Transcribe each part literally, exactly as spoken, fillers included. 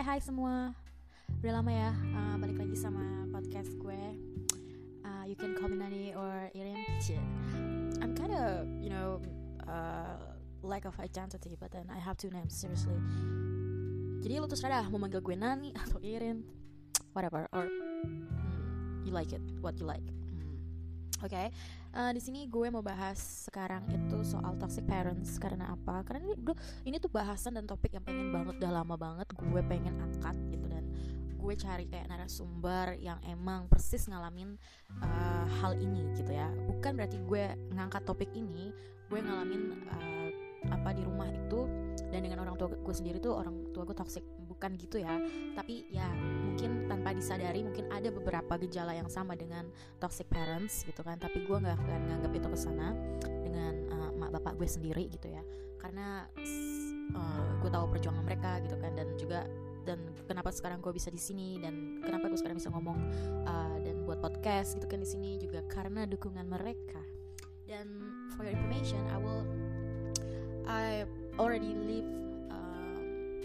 hai semua. Udah lama ya uh, balik lagi sama podcast gue. uh, You can call me Nani or Irin. I'm kind of, you know, uh, lack of identity, but then I have two names, seriously. Jadi lu terserah mau manggil gue Nani atau Irin, whatever, or hmm, you like it, what you like. Oke, okay. uh, di sini gue mau bahas sekarang itu soal toxic parents. Karena apa? Karena ini, ini tuh bahasan dan topik yang pengen banget, udah lama banget gue pengen angkat gitu. Dan gue cari kayak narasumber yang emang persis ngalamin uh, hal ini gitu ya. Bukan berarti gue ngangkat topik ini, gue ngalamin uh, apa di rumah itu dan dengan orang tua gue sendiri tuh orang tua gue toxic. Bukan gitu ya. Tapi ya mungkin tanpa disadari mungkin ada beberapa gejala yang sama dengan toxic parents gitu kan. Tapi gue gak akan nganggap itu kesana dengan uh, mak bapak gue sendiri gitu ya. Karena uh, gue tahu perjuangan mereka gitu kan. Dan juga dan kenapa sekarang gue bisa di sini dan kenapa gue sekarang bisa ngomong uh, dan buat podcast gitu kan di sini juga karena dukungan mereka. Dan for your information, I will I already live um,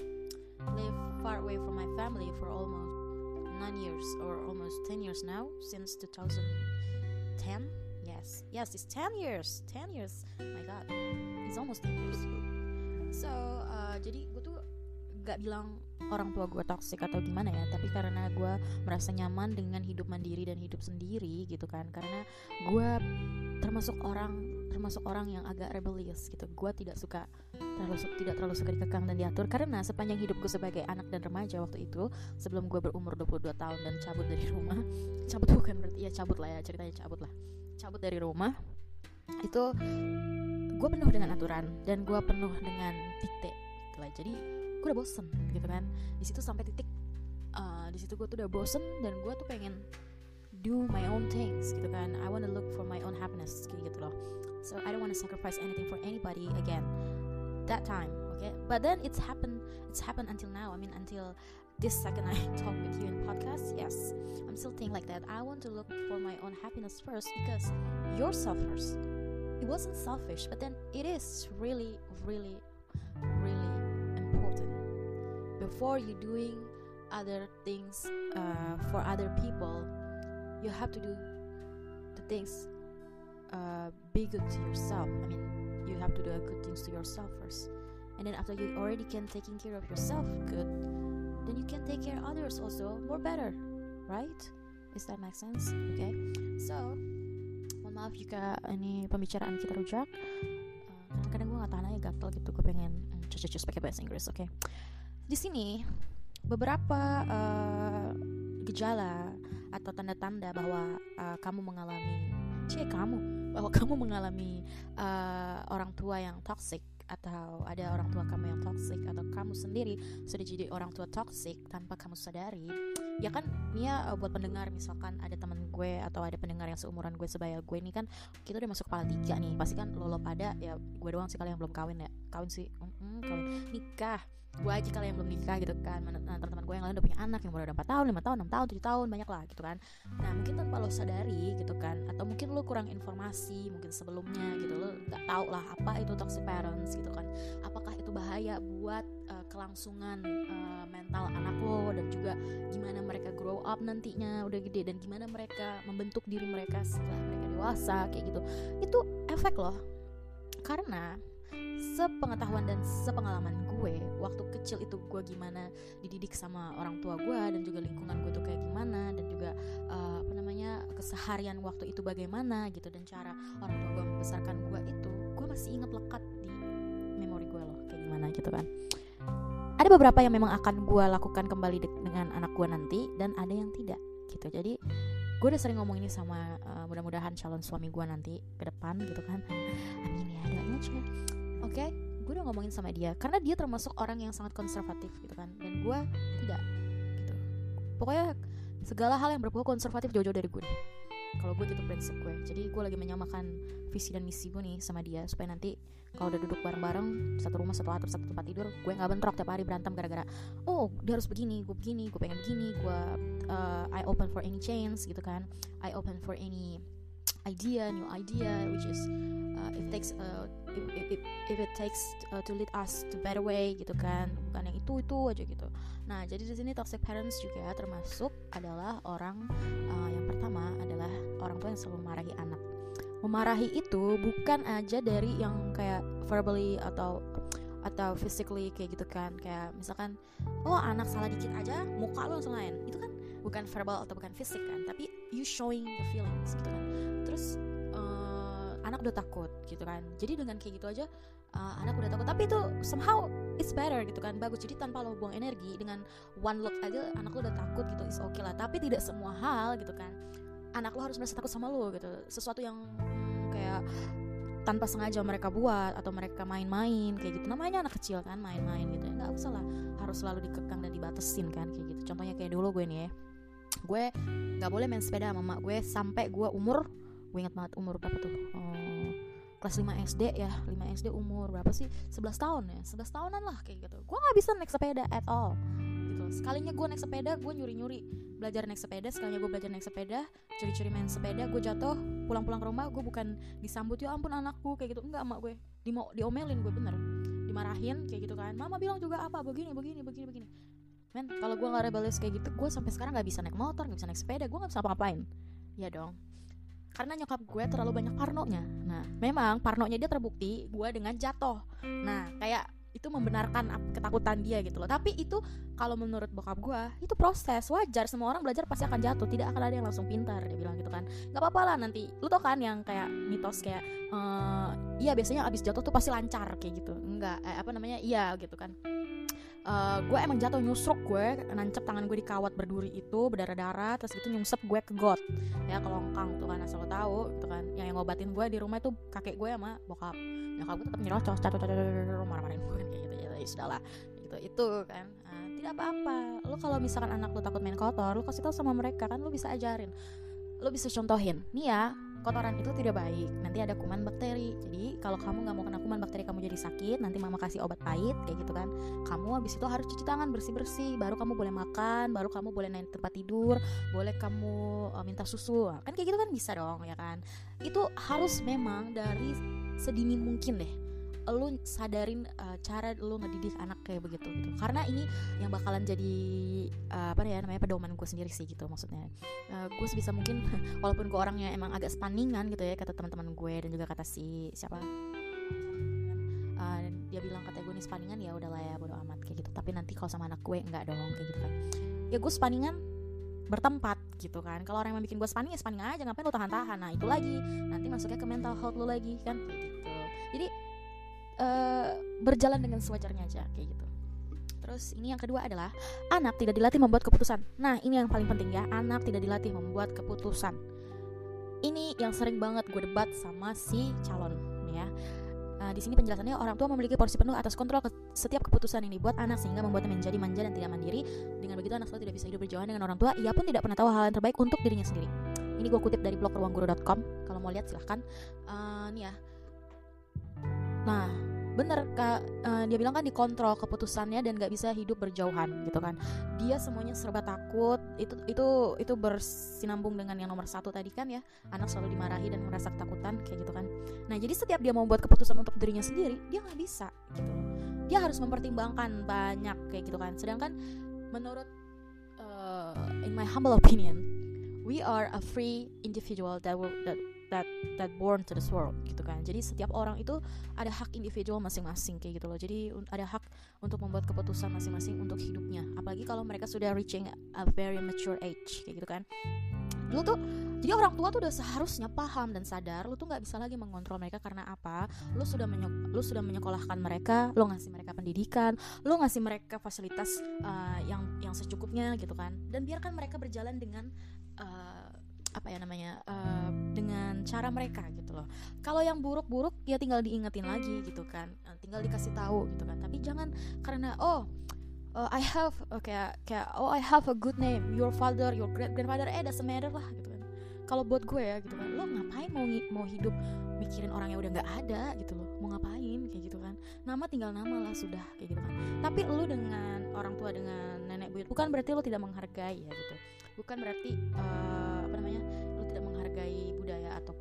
live far away from my family for almost nine years or almost ten years now, since two thousand ten. Yes, yes, it's ten years, ten years. My God, it's almost ten years. So, uh, jadi gue tuh gak bilang orang tua gue toxic atau gimana ya, tapi karena gue merasa nyaman dengan hidup mandiri dan hidup sendiri gitu kan. Karena gue termasuk orang termasuk orang yang agak rebellious gitu. Gue tidak suka terlalu tidak terlalu suka dikekang dan diatur. Karena sepanjang hidup gue sebagai anak dan remaja waktu itu, sebelum gue berumur dua puluh dua tahun dan cabut dari rumah, cabut bukan berarti ya cabut lah ya ceritanya cabut lah, cabut dari rumah, itu gue penuh dengan aturan dan gue penuh dengan dikte gitu lah. Jadi gue udah bosen gitu kan. Di situ sampai titik uh, di situ gue tuh udah bosen dan gue tuh pengen do my own things gitu kan. I wanna look for my own happiness kayak gitu loh. So I don't wanna sacrifice anything for anybody again that time, okay? But then it's happened it's happened until now. I mean until this second I talk with you in podcast. Yes, I'm still thinking like that. I want to look for my own happiness first because yourself first. It wasn't selfish, but then it is really really really important. Before you doing other things uh, for other people, you have to do the things uh, be good to yourself. I mean, you have to do good things to yourself first, and then after you already can taking care of yourself good, then you can take care of others also more better, right? Does that make sense? Okay, so mohon maaf jika ini pembicaraan kita rujak. Uh, kadang-kadang gue nggak tahan aja gatel gitu, gue pengen um, cus-cus pakai bahasa Inggris. Oke, okay? Di sini beberapa uh, gejala atau tanda-tanda bahwa uh, kamu mengalami cie kamu bahwa kamu mengalami uh, orang tua yang toxic atau ada orang tua kamu yang toxic atau kamu sendiri sudah jadi orang tua toxic tanpa kamu sadari. Ya kan, Nia uh, buat pendengar misalkan ada teman gue atau ada pendengar yang seumuran gue sebaya gue ini kan kita udah masuk kepala tiga nih. Pasti kan lo lo pada ya gue doang sih kali yang belum kawin ya. Kawin sih, mm-mm, kawin nikah. Gue aja kali yang belum nikah gitu kan. Nah, teman-teman gue yang lain udah punya anak yang udah empat tahun, lima tahun, enam tahun, tujuh tahun, banyak lah gitu kan. Nah mungkin tanpa lo sadari gitu kan, atau mungkin lo kurang informasi mungkin sebelumnya gitu, lo gak tau lah apa itu toxic parents gitu kan. Apakah itu bahaya buat uh, kelangsungan uh, mental anak lo, dan juga gimana mereka grow up nantinya udah gede, dan gimana mereka membentuk diri mereka setelah mereka dewasa kayak gitu. Itu efek loh. Karena sepengetahuan dan sepengalaman gue waktu kecil itu gue gimana dididik sama orang tua gue dan juga lingkungan gue tuh kayak gimana, dan juga uh, apa namanya keseharian waktu itu bagaimana gitu, dan cara orang tua gue membesarkan gue itu gue masih ingat lekat di memori gue loh kayak gimana gitu kan. Ada beberapa yang memang akan gue lakukan kembali de- dengan anak gue nanti, dan ada yang tidak gitu. Jadi gue udah sering ngomong ini sama uh, mudah-mudahan calon suami gue nanti ke depan gitu kan. Amin ya doanya aja. Oke, okay, gue udah ngomongin sama dia karena dia termasuk orang yang sangat konservatif gitu kan, dan gue tidak gitu. Pokoknya segala hal yang berbau konservatif jauh-jauh dari gue deh. Kalau gue gitu prinsip gue. Jadi gue lagi menyamakan visi dan misi gue nih sama dia supaya nanti kalau udah duduk bareng-bareng satu rumah, satu atap, satu tempat tidur, gue nggak bentrok tiap hari berantem gara-gara oh dia harus begini, gue begini, gue pengen begini, gue uh, I open for any change gitu kan, I open for any idea, new idea which is uh, uh, if takes uh, if, if, if, if it takes uh, to lead us to better way gitu kan, bukan yang itu itu aja gitu. Nah jadi di sini toxic parents juga termasuk adalah orang uh, yang pertama adalah orang tua yang selalu memarahi anak. Memarahi itu bukan aja dari yang kayak verbally atau atau physically kayak gitu kan, kayak misalkan oh anak salah dikit aja muka lu langsung lain, itu kan bukan verbal atau bukan fisik kan, tapi you showing the feelings gitu kan. Terus uh, anak udah takut gitu kan, jadi dengan kayak gitu aja uh, anak udah takut, tapi itu somehow it's better gitu kan, bagus. Jadi tanpa lo buang energi, dengan one look aja anak lo udah takut gitu, is okay lah. Tapi tidak semua hal gitu kan anak lo harus merasa takut sama lo gitu, sesuatu yang hmm, kayak tanpa sengaja mereka buat atau mereka main-main kayak gitu, namanya anak kecil kan, main-main gitu ya, nggak usah lah harus selalu dikekang dan dibatasin kan kayak gitu. Contohnya kayak dulu gue nih ya, gue nggak boleh main sepeda sama mak gue sampai gue umur, gue ingat banget umur berapa tuh, oh, kelas lima S D ya, lima S D umur berapa sih, sebelas tahun ya, sebelas tahunan lah kayak gitu. Gue nggak bisa naik sepeda at all gitu. Sekalinya gue naik sepeda, gue nyuri-nyuri belajar naik sepeda, sekalinya gue belajar naik sepeda, curi-curi main sepeda, gue jatuh, pulang-pulang ke rumah gue bukan disambut ya ampun anakku kayak gitu, enggak, emak gue Dimo, diomelin gue bener, dimarahin kayak gitu kan, mama bilang juga apa begini begini begini begini. Men, kalau gue nggak rebellious kayak gitu, gue sampai sekarang nggak bisa naik motor, nggak bisa naik sepeda, gue nggak bisa apa-apain, ya dong, karena nyokap gue terlalu banyak parnonya. Nah memang parnonya dia terbukti gue dengan jatuh, nah kayak itu membenarkan ketakutan dia gitu loh. Tapi itu kalau menurut bokap gue itu proses wajar, semua orang belajar pasti akan jatuh, tidak akan ada yang langsung pintar, dia bilang gitu kan. Nggak apa-apa lah nanti, lu tau kan yang kayak mitos kayak uh, iya biasanya abis jatuh tuh pasti lancar kayak gitu, enggak eh, apa namanya iya gitu kan. Uh, gue emang jatuh, nyusruk gue, nancep tangan gue di kawat berduri itu berdarah-darah, terus gitu nyungsep gue ke got ya, ke longkang tuh kan, asal lo tahu gitu kan. Yang yang ngobatin gue di rumah itu kakek gue sama bokap, nyokap gue tetap nyerocos, catur-catur, marah-marahin gue kayak gitu ya, ya sudahlah gitu itu kan. Nah, tidak apa-apa, lo kalau misalkan anak lo takut main kotor, lo kasih tahu sama mereka kan, lo bisa ajarin, lo bisa contohin nih ya, kotoran itu tidak baik, nanti ada kuman bakteri. Jadi kalau kamu nggak mau kena kuman bakteri, kamu jadi sakit, nanti mama kasih obat pahit kayak gitu kan. Kamu habis itu harus cuci tangan bersih-bersih, baru kamu boleh makan, baru kamu boleh naik tempat tidur, boleh kamu uh, minta susu, kan kayak gitu kan bisa dong ya kan. Itu harus memang dari sedini mungkin deh lu sadarin uh, cara lu ngedidik anak kayak begitu gitu. Karena ini yang bakalan jadi uh, apa ya namanya pedoman gue sendiri sih gitu, maksudnya uh, gue sebisa mungkin walaupun gue orangnya emang agak spaningan gitu ya, kata teman-teman gue dan juga kata si siapa uh, dia bilang kata gue nih spaningan, ya udahlah ya bodo amat kayak gitu. Tapi nanti kalau sama anak gue enggak dong kayak gitu kan. Ya gue spaningan bertempat gitu kan. Kalau orang yang bikin gue spaning ya spaning aja, ngapain lu tahan-tahan. Nah itu lagi nanti masuknya ke mental health lu lagi kan kayak gitu. Jadi Uh, berjalan dengan sewajarnya aja kayak gitu. Terus ini yang kedua adalah anak tidak dilatih membuat keputusan. Nah ini yang paling penting ya, anak tidak dilatih membuat keputusan. Ini yang sering banget gue debat sama si calon nih ya. Uh, di sini penjelasannya, orang tua memiliki porsi penuh atas kontrol ke- setiap keputusan yang dibuat anak, sehingga membuatnya menjadi manja dan tidak mandiri. Dengan begitu anak selalu tidak bisa hidup berjauhan dengan orang tua. Ia pun tidak pernah tahu hal yang terbaik untuk dirinya sendiri. Ini gue kutip dari blog ruangguru dot com, kalau mau lihat silahkan. Uh, nih ya. Nah bener kak, uh, dia bilang kan dikontrol keputusannya dan gak bisa hidup berjauhan gitu kan. Dia semuanya serba takut. Itu itu itu bersinambung dengan yang nomor satu tadi kan ya, anak selalu dimarahi dan merasa ketakutan kayak gitu kan. Nah jadi setiap dia mau buat keputusan untuk dirinya sendiri, dia gak bisa gitu. Dia harus mempertimbangkan banyak kayak gitu kan. Sedangkan menurut uh, in my humble opinion, we are a free individual that will, that that that born to this world gitu kan. Jadi setiap orang itu ada hak individual masing-masing kayak gitu loh. Jadi ada hak untuk membuat keputusan masing-masing untuk hidupnya. Apalagi kalau mereka sudah reaching a very mature age kayak gitu kan. Lu tuh jadi orang tua tuh udah seharusnya paham dan sadar lu tuh nggak bisa lagi mengontrol mereka. Karena apa? Lu sudah menye- lu sudah menyekolahkan mereka, lu ngasih mereka pendidikan, lu ngasih mereka fasilitas uh, yang yang secukupnya gitu kan. Dan biarkan mereka berjalan dengan uh, apa ya namanya uh, dengan cara mereka gitu loh. Kalau yang buruk-buruk ya tinggal diingetin lagi gitu kan, tinggal dikasih tahu gitu kan. Tapi jangan karena oh uh, I have uh, kayak kayak oh I have a good name, your father, your great grandfather, eh doesn't matter lah gitu kan. Kalau buat gue ya gitu kan, lo ngapain mau mau hidup mikirin orang yang udah nggak ada gitu loh, mau ngapain kayak gitu kan. Nama tinggal nama lah sudah kayak gitu kan. Tapi lo dengan orang tua, dengan nenek buyut, bukan berarti lo tidak menghargai ya gitu. Bukan berarti uh, apa namanya lo tidak menghargai budaya ataupun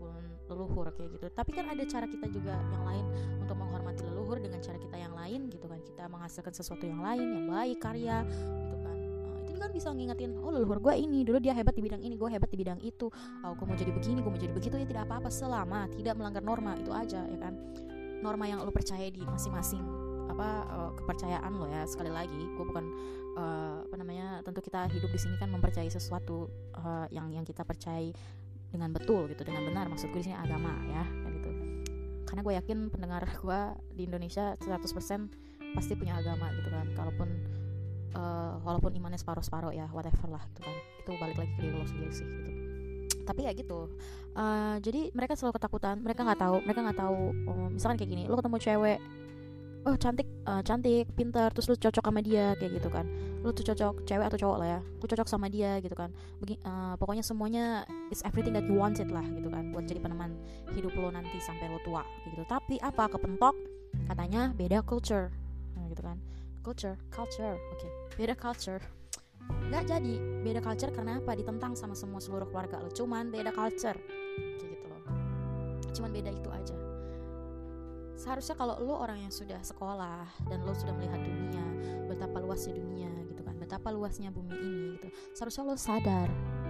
leluhur kayak gitu. Tapi kan ada cara kita juga yang lain untuk menghormati leluhur dengan cara kita yang lain gitu kan. Kita menghasilkan sesuatu yang lain yang baik, karya gitu kan. Nah, itu kan bisa ngingetin, oh leluhur gue ini dulu dia hebat di bidang ini, gue hebat di bidang itu. Oh gue mau jadi begini, gue mau jadi begitu, ya tidak apa-apa selama tidak melanggar norma, itu aja ya kan. Norma yang lo percaya di masing-masing apa uh, kepercayaan lo ya. Sekali lagi gue bukan uh, apa namanya, tentu kita hidup di sini kan mempercayai sesuatu uh, yang yang kita percayai dengan betul gitu, dengan benar. Maksud gue di sini agama ya kan gitu. Karena gue yakin pendengar gue di Indonesia seratus persen pasti punya agama gitu kan. Kalaupun uh, walaupun imannya separuh-separuh ya, whatever lah gitu kan. Itu balik lagi ke diri lo sendiri sih gitu. Tapi ya gitu. Uh, jadi mereka selalu ketakutan. Mereka nggak tahu. Mereka nggak tahu. Oh, misalkan kayak gini, lo ketemu cewek, oh cantik, uh, cantik, pintar, terus lu cocok sama dia kayak gitu kan. Lu tuh cocok, cewek atau cowok lah ya, lu cocok sama dia gitu kan. Begi, uh, pokoknya semuanya is everything that you wanted lah gitu kan, buat jadi peneman hidup lo nanti sampai lo tua gitu. Tapi apa, kepentok katanya beda culture, nah, gitu kan. Culture, culture, oke, okay. Beda culture. Nggak jadi beda culture karena apa? Ditentang sama semua seluruh keluarga lo. Cuman beda culture kayak gitu loh. Cuman beda itu aja. Seharusnya kalau lo orang yang sudah sekolah dan lo sudah melihat dunia, betapa luasnya dunia gitu kan, betapa luasnya bumi ini gitu, seharusnya lo sadar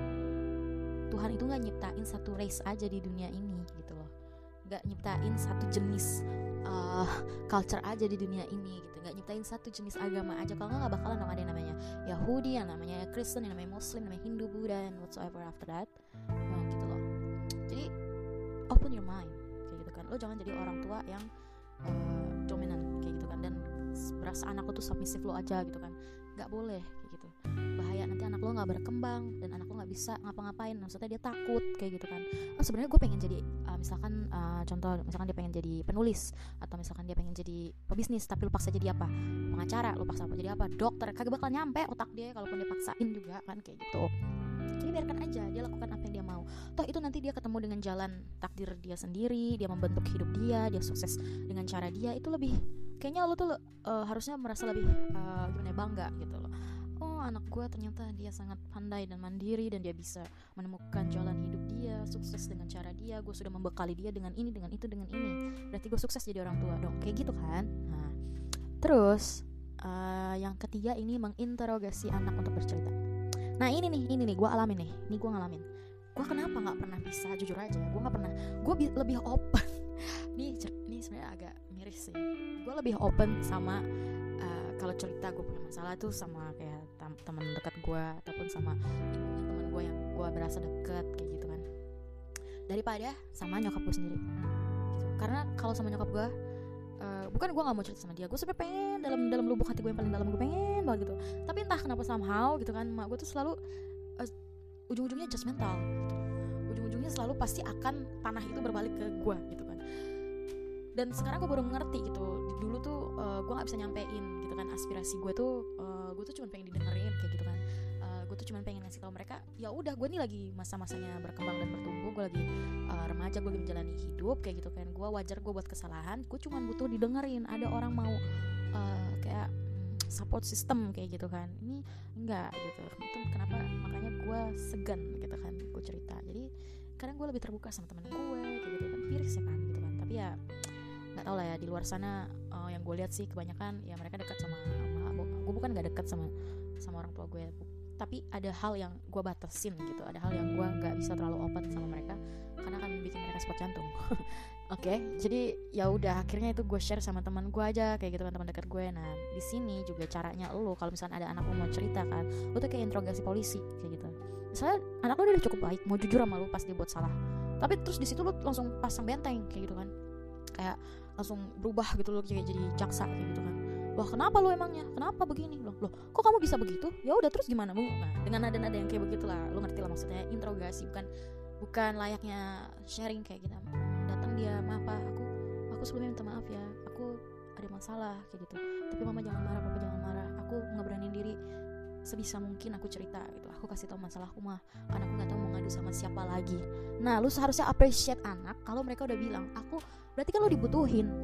Tuhan itu gak nyiptain satu race aja di dunia ini gitu loh, gak nyiptain satu jenis uh, culture aja di dunia ini gitu, gak nyiptain satu jenis agama aja. Kalau gak, gak bakalan dong ada yang namanya Yahudi, yang namanya Kristen, yang namanya Muslim, yang namanya Hindu, Buddha, and whatsoever after that. Nah gitu loh. Jadi open your mind kayak gitu kan. Lo jangan jadi orang tua yang uh, dominant kayak gitu kan, dan berasa anak lo tuh submissive lo aja gitu kan. Gak boleh kayak gitu. Bahaya, nanti anak lo gak berkembang dan anak lo gak bisa ngapa-ngapain. Maksudnya dia takut kayak gitu kan. Oh sebenarnya gue pengen jadi uh, misalkan uh, contoh, misalkan dia pengen jadi penulis, atau misalkan dia pengen jadi pebisnis, tapi lo paksa jadi apa? Pengacara. Lo paksa apa jadi apa? Dokter. Kagak bakal nyampe otak dia kalaupun dia paksain juga kan kayak gitu. Jadi biarkan aja dia lakukan apa yang dia mau. Toh itu nanti dia ketemu dengan jalan takdir dia sendiri, dia membentuk hidup dia, dia sukses dengan cara dia. Itu lebih, kayaknya lo tuh uh, harusnya merasa lebih uh, gimana ya, bangga gitu loh. Oh anak gue ternyata dia sangat pandai dan mandiri, dan dia bisa menemukan jalan hidup dia, sukses dengan cara dia. Gue sudah membekali dia dengan ini, dengan itu, dengan ini. Berarti gue sukses jadi orang tua dong, kayak gitu kan. Nah terus uh, yang ketiga ini menginterogasi anak untuk bercerita. Nah ini nih, ini nih gue alamin nih, ini gue ngalamin. Gue kenapa nggak pernah bisa, jujur aja, gue nggak pernah. Gue bi- lebih open. Nih, ini sebenarnya agak miris sih. Gue lebih open sama uh, kalau cerita gue punya masalah tuh sama kayak tam- teman dekat gue, ataupun sama ibunya teman gue yang gue berasa deket kayak gitu kan, daripada sama nyokap gue sendiri. Gitu. Karena kalau sama nyokap gue, Uh, bukan gue gak mau cerita sama dia, gue sampai pengen dalam dalam lubuk hati gue yang paling dalam, gue pengen banget gitu. Tapi entah kenapa somehow gitu kan, mak gue tuh selalu uh, ujung-ujungnya judgmental gitu. Ujung-ujungnya selalu pasti akan panah itu berbalik ke gue gitu kan. Dan sekarang gue baru mengerti gitu. Dulu tuh uh, gue gak bisa nyampein gitu kan aspirasi gue tuh, uh, gue tuh cuma pengen didengerin kayak gitu kan. Uh, gue tuh cuma pengen ngasih tau mereka, ya udah gue nih lagi masa-masanya berkembang dan bertumbuh, gue lagi uh, remaja, gue lagi menjalani hidup kayak gitu kan. Gue wajar gue buat kesalahan, gue cuma butuh didengerin. Ada orang mau uh, kayak mm, support system kayak gitu kan. Ini enggak gitu. Itu kenapa makanya gue segan gitu kan gue cerita. Jadi kadang gue lebih terbuka sama teman gue kayak gitu kan, miris ya kan gitu kan. Tapi ya nggak tau lah ya, di luar sana uh, yang gue lihat sih kebanyakan ya mereka dekat sama, sama gue bukan nggak dekat sama sama orang tua gue, tapi ada hal yang gue batasin gitu, ada hal yang gue nggak bisa terlalu open sama mereka karena akan bikin mereka spot jantung. Oke, okay? Jadi ya udah akhirnya itu gue share sama teman gue aja kayak gitu kan, teman dekat gue. Nah di sini juga caranya lo kalau misalnya ada anak lo mau cerita kan, lo tuh kayak interogasi polisi kayak gitu. Misalnya anak lo udah cukup baik, mau jujur sama lo pas dia buat salah, tapi terus di situ lo langsung pasang benteng kayak gitu kan, kayak langsung berubah gitu lo kayak jadi jaksa kayak gitu kan. Loh kenapa lo emangnya, kenapa begini, loh loh kok kamu bisa begitu, ya udah terus gimana bu. Nah dengan nada-nada yang kayak begitulah, lo ngerti lah maksudnya, interogasi, bukan bukan layaknya sharing kayak gitu. Datang dia, maaf pak, aku aku sebelumnya minta maaf ya, aku ada masalah kayak gitu, tapi mama jangan marah, papa jangan marah, aku nggak beraniin diri sebisa mungkin aku cerita gitu, aku kasih tahu masalahku mah, karena aku nggak tahu mau ngadu sama siapa lagi. Nah lu seharusnya appreciate anak kalau mereka udah bilang aku, berarti kan lo dibutuhin gitu kan.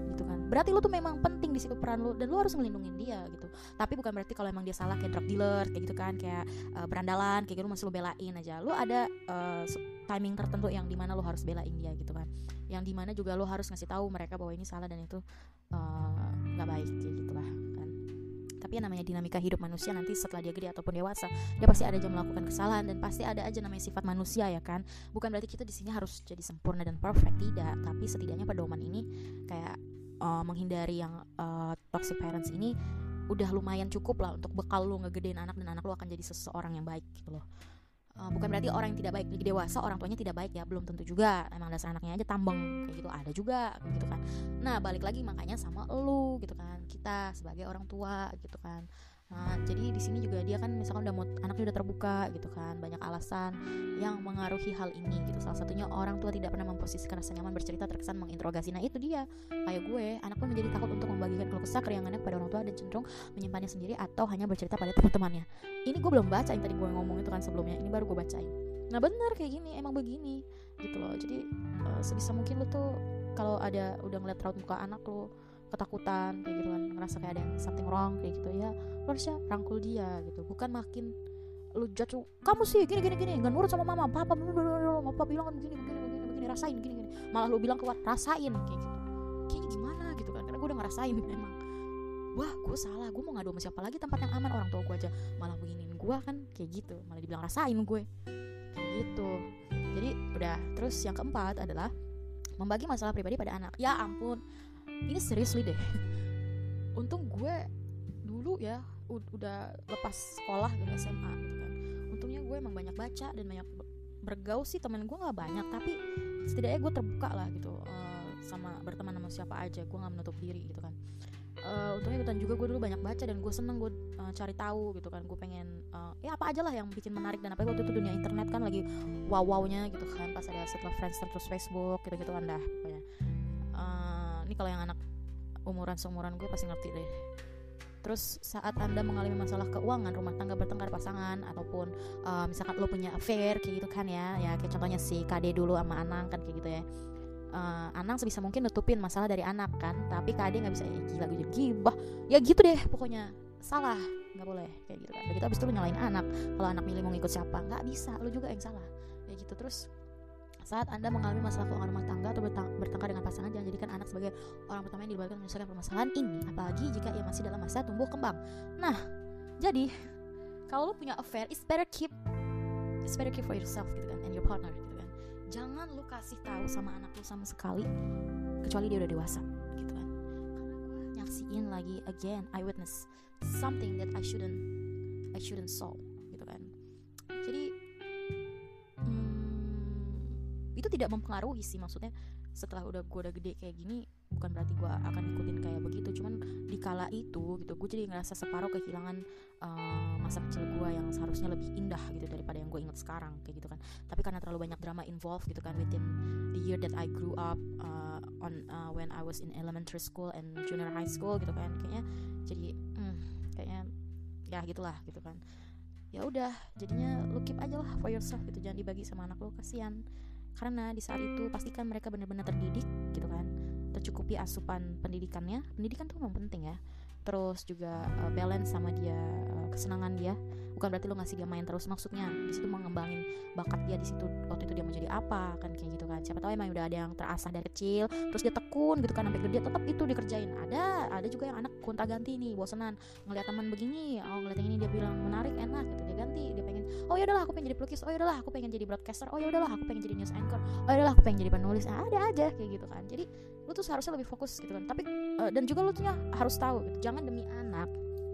berarti lu tuh memang penting di situ peran lu dan lu harus ngelindungin dia gitu. Tapi bukan berarti kalau emang dia salah kayak drug dealer kayak gitu kan, kayak uh, berandalan kayak gitu lu masih lu belain aja. Lu ada uh, timing tertentu yang dimana lu harus belain dia gitu kan, yang dimana juga lu harus ngasih tahu mereka bahwa ini salah dan itu nggak uh, baik kayak gitulah kan. Tapi yang namanya dinamika hidup manusia nanti setelah dia gede ataupun dewasa, dia pasti ada aja melakukan kesalahan dan pasti ada aja namanya sifat manusia ya kan. Bukan berarti kita di sini harus jadi sempurna dan perfect, tidak. Tapi setidaknya pedoman ini kayak uh, menghindari yang uh, toxic parents ini udah lumayan cukup lah untuk bekal lu ngegedein anak dan anak lu akan jadi seseorang yang baik gitu loh. Uh, bukan berarti orang yang tidak baik lagi dewasa orang tuanya tidak baik ya, belum tentu juga. Emang dasar anaknya aja tambeng kayak gitu, ada juga kayak gitu kan. Nah balik lagi makanya sama lu gitu kan, kita sebagai orang tua gitu kan. Nah jadi di sini juga dia kan misalkan udah mau anaknya udah terbuka gitu kan, banyak alasan yang mengaruhi hal ini gitu. Salah satunya orang tua tidak pernah memposisikan rasa nyaman bercerita, terkesan menginterogasi. Nah itu dia, kayak gue, anak pun menjadi takut untuk membagikan keluh kesah keriangannya kepada orang tua dan cenderung menyimpannya sendiri atau hanya bercerita pada teman-temannya. Ini gue belum baca yang tadi gue ngomong itu kan sebelumnya, ini baru gue bacain. Nah benar kayak gini, emang begini gitu loh. Jadi uh, sebisa mungkin lu tuh kalau ada udah ngeliat raut muka anak lu ketakutan kayak gitu kan, ngerasa kayak ada yang something wrong kayak gitu ya, lu harusnya rangkul dia gitu, bukan makin lu judge, kamu sih gini gini gini nggak nurut sama mama papa, papa bilang kan begini begini begini begini rasain gini gini, malah lu bilang keluar rasain kayak gitu, kayaknya gimana gitu kan, karena gue udah ngerasain memang, wah gue salah, gue mau ngadu sama siapa lagi, tempat yang aman, orang tua gue aja malah beginiin gue kan kayak gitu, malah dibilang rasain gue kayak gitu. Jadi udah, terus yang keempat adalah membagi masalah pribadi pada anak. Ya ampun, ini seriously deh. Untung gue dulu ya udah lepas sekolah gitu S M A gitu kan. Untungnya gue emang banyak baca dan banyak bergaul sih, temen gue nggak banyak tapi setidaknya gue terbuka lah gitu uh, sama berteman sama siapa aja, gue nggak menutup diri gitu kan. Uh, untungnya dan juga gue dulu banyak baca dan gue seneng gue uh, cari tahu gitu kan, gue pengen uh, ya apa aja lah yang bikin menarik, dan apalagi waktu itu dunia internet kan lagi wow wownya gitu kan, pas ada setelah Friendster terus Facebook gitu gitu kan dah pokoknya. Uh, ini kalau yang anak umuran seumuran gue pasti ngerti deh. Terus saat Anda mengalami masalah keuangan, rumah tangga, bertengkar pasangan, ataupun uh, misalkan lo punya affair kayak gitu kan ya, ya kayak contohnya si Kade dulu sama Anang kan kayak gitu ya. Uh, Anang sebisa mungkin nutupin masalah dari anak kan, tapi Kade nggak bisa, ya gila gue jadi gibah, ya gitu deh pokoknya, salah nggak boleh kayak gitu kan. Begitu abis itu lu nyalain anak, kalau anak milih mau ngikut siapa, nggak bisa, lu juga yang salah kayak gitu. Terus saat Anda mengalami masalah keuangan rumah tangga atau bertengkar dengan pasangan, jangan jadikan anak sebagai orang pertama yang dilibatkan menyelesaikan permasalahan ini, apalagi jika ia masih dalam masa tumbuh kembang. Nah, jadi kalau lu punya affair, it's better keep it's better keep for yourself gitu kan, and your partner gitu kan. Jangan lu kasih tahu sama anak lu sama sekali, kecuali dia udah dewasa gitu kan. Karena gue nyaksiin lagi again, I witness something that I shouldn't I shouldn't solve gitu kan. Jadi itu tidak mempengaruhi sih, maksudnya setelah udah gue udah gede kayak gini bukan berarti gue akan ikutin kayak begitu, cuman di kala itu gitu gue jadi ngerasa separuh kehilangan uh, masa kecil gue yang seharusnya lebih indah gitu daripada yang gue ingat sekarang kayak gitu kan. Tapi karena terlalu banyak drama involved gitu kan within the year that I grew up uh, on uh, when I was in elementary school and junior high school gitu kan, kayaknya jadi hmm, kayaknya ya gitulah gitu kan. Ya udah jadinya lu keep aja lah for yourself gitu, jangan dibagi sama anak lu, kasihan. Karena di saat itu pastikan mereka benar-benar terdidik gitu kan, tercukupi asupan pendidikannya. Pendidikan tuh memang penting ya. Terus juga uh, balance sama dia, uh, kesenangan dia. Bukan berarti lo ngasih dia main terus, maksudnya di situ mau ngembangin bakat dia di situ, waktu itu dia mau jadi apa kan kayak gitu kan. Siapa tahu emang udah ada yang terasah dari kecil, terus dia tekun gitu kan sampai gede tetap itu dikerjain. Ada ada juga yang anak gonta-ganti nih, bosenan ngelihat teman begini, oh ngeliat yang ini dia bilang menarik, enak gitu, dia ganti, dia pengen oh ya udahlah aku pengen jadi pelukis, oh ya udahlah aku pengen jadi broadcaster, oh ya udahlah aku pengen jadi news anchor, oh ya udahlah aku pengen jadi penulis. Nah, ada aja kayak gitu kan. Jadi lu tuh seharusnya lebih fokus gitu kan. Tapi uh, dan juga lu tuh harus tahu gitu, jangan demi anak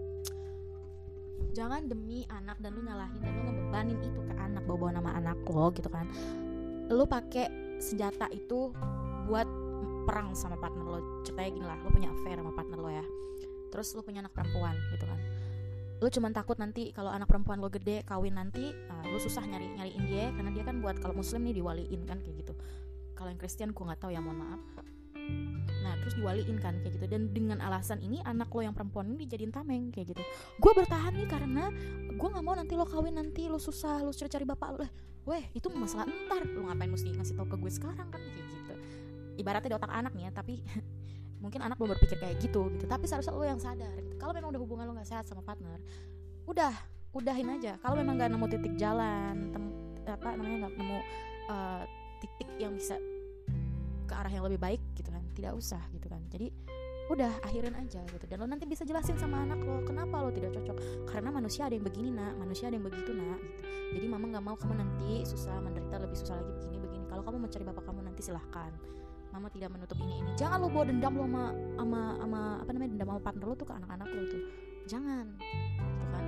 jangan demi anak dan lu nyalahin dan lu ngebebanin itu ke anak, bawa-bawa nama anak lo gitu kan. Lu pakai senjata itu buat perang sama partner lo. Ceritanya gini lah, lu punya affair sama partner lo ya, terus lu punya anak perempuan gitu kan. Lu cuman takut nanti kalau anak perempuan lo gede kawin nanti, uh, lu susah nyari nyariin dia, karena dia kan buat kalau muslim nih diwaliin kan kayak gitu. Kalau yang Kristen gue nggak tahu ya, mohon maaf. Nah terus diwaliin kan kayak gitu, dan dengan alasan ini anak lo yang perempuan ini dijadiin tameng kayak gitu. Gue bertahan nih karena gue nggak mau nanti lo kawin nanti lo susah, lo cari-cari bapak lo. Weh itu masalah ntar, lo ngapain mesti ngasih tau ke gue sekarang kan kayak gitu. Ibaratnya di otak anak nih ya, tapi mungkin anak belum berpikir kayak gitu gitu, tapi seharusnya lo yang sadar gitu. Kalau memang udah hubungan lo nggak sehat sama partner, udah udahin aja. Kalau memang nggak nemu titik jalan, tem- apa namanya nggak nemu uh, titik yang bisa ke arah yang lebih baik gitu kan, tidak usah gitu kan. Jadi udah akhirin aja gitu, dan lo nanti bisa jelasin sama anak lo kenapa lo tidak cocok, karena manusia ada yang begini nak, manusia ada yang begitu nak gitu. Jadi mama nggak mau kamu nanti susah, menderita lebih susah lagi begini begini. Kalau kamu mencari bapak kamu nanti silahkan, mama tidak menutup ini ini. Jangan lo bawa dendam lo sama sama sama apa namanya dendam sama partner lo tuh ke anak-anak lo tuh, jangan gitu kan.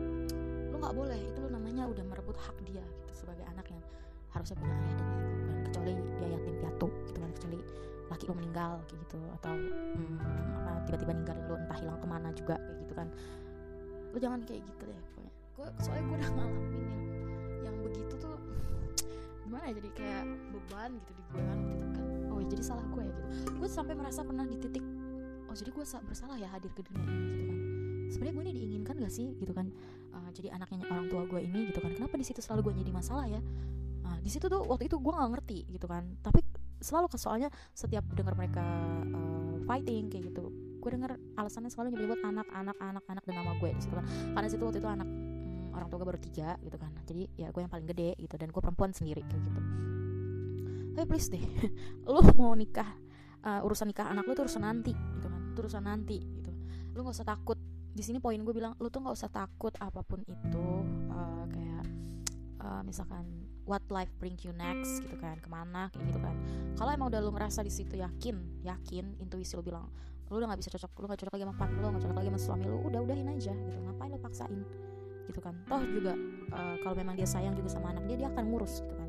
Lo nggak boleh, itu lo namanya udah merebut hak dia gitu sebagai anak yang harusnya punya ayah dan ibu kan, kecuali dia yatim piatu gitu kan, kecuali laki lo meninggal kayak gitu, atau hmm, apa tiba-tiba ninggalin lo entah hilang kemana juga kayak gitu kan. Lo jangan kayak gitu deh pokoknya. Gue soalnya gue udah ngalamin yang yang begitu tuh gimana ya, jadi kayak beban gitu di gue kan waktu itu kan. Oh ya jadi salah gue ya gitu. Gue sampai merasa pernah di titik oh jadi gue bersalah ya hadir ke dunia ini gitu kan. Sebenarnya gue ini diinginkan gak sih gitu kan, uh, jadi anaknya orang tua gue ini gitu kan. Kenapa di situ selalu gue jadi masalah ya? Nah, di situ tuh waktu itu gue nggak ngerti gitu kan. Tapi selalu soalnya setiap dengar mereka uh, fighting kayak gitu, gue dengar alasannya selalu nyebut anak anak anak anak dan nama gue di situ kan. Karena situ waktu itu anak hmm, orang tua gue baru tiga gitu kan, jadi ya gue yang paling gede gitu, dan gue perempuan sendiri kayak gitu. Tapi please deh lo mau nikah, uh, urusan nikah anak lo tuh urusan nanti gitu kan, itu urusan nanti gitu. Lo nggak usah takut. Di sini poin gue bilang lo tuh nggak usah takut apapun itu, uh, kayak uh, misalkan what life bring you next gitu kan, kemana kayak gitu kan. Kalau emang udah lu ngerasa di situ yakin, yakin intuisi lu bilang lu udah nggak bisa cocok, lu nggak cocok lagi sama partner lu, nggak cocok lagi sama suami lu, udah udahin aja gitu. Ngapain lu paksain gitu kan? Toh juga uh, kalau memang dia sayang juga sama anak dia, dia akan ngurus gitu kan.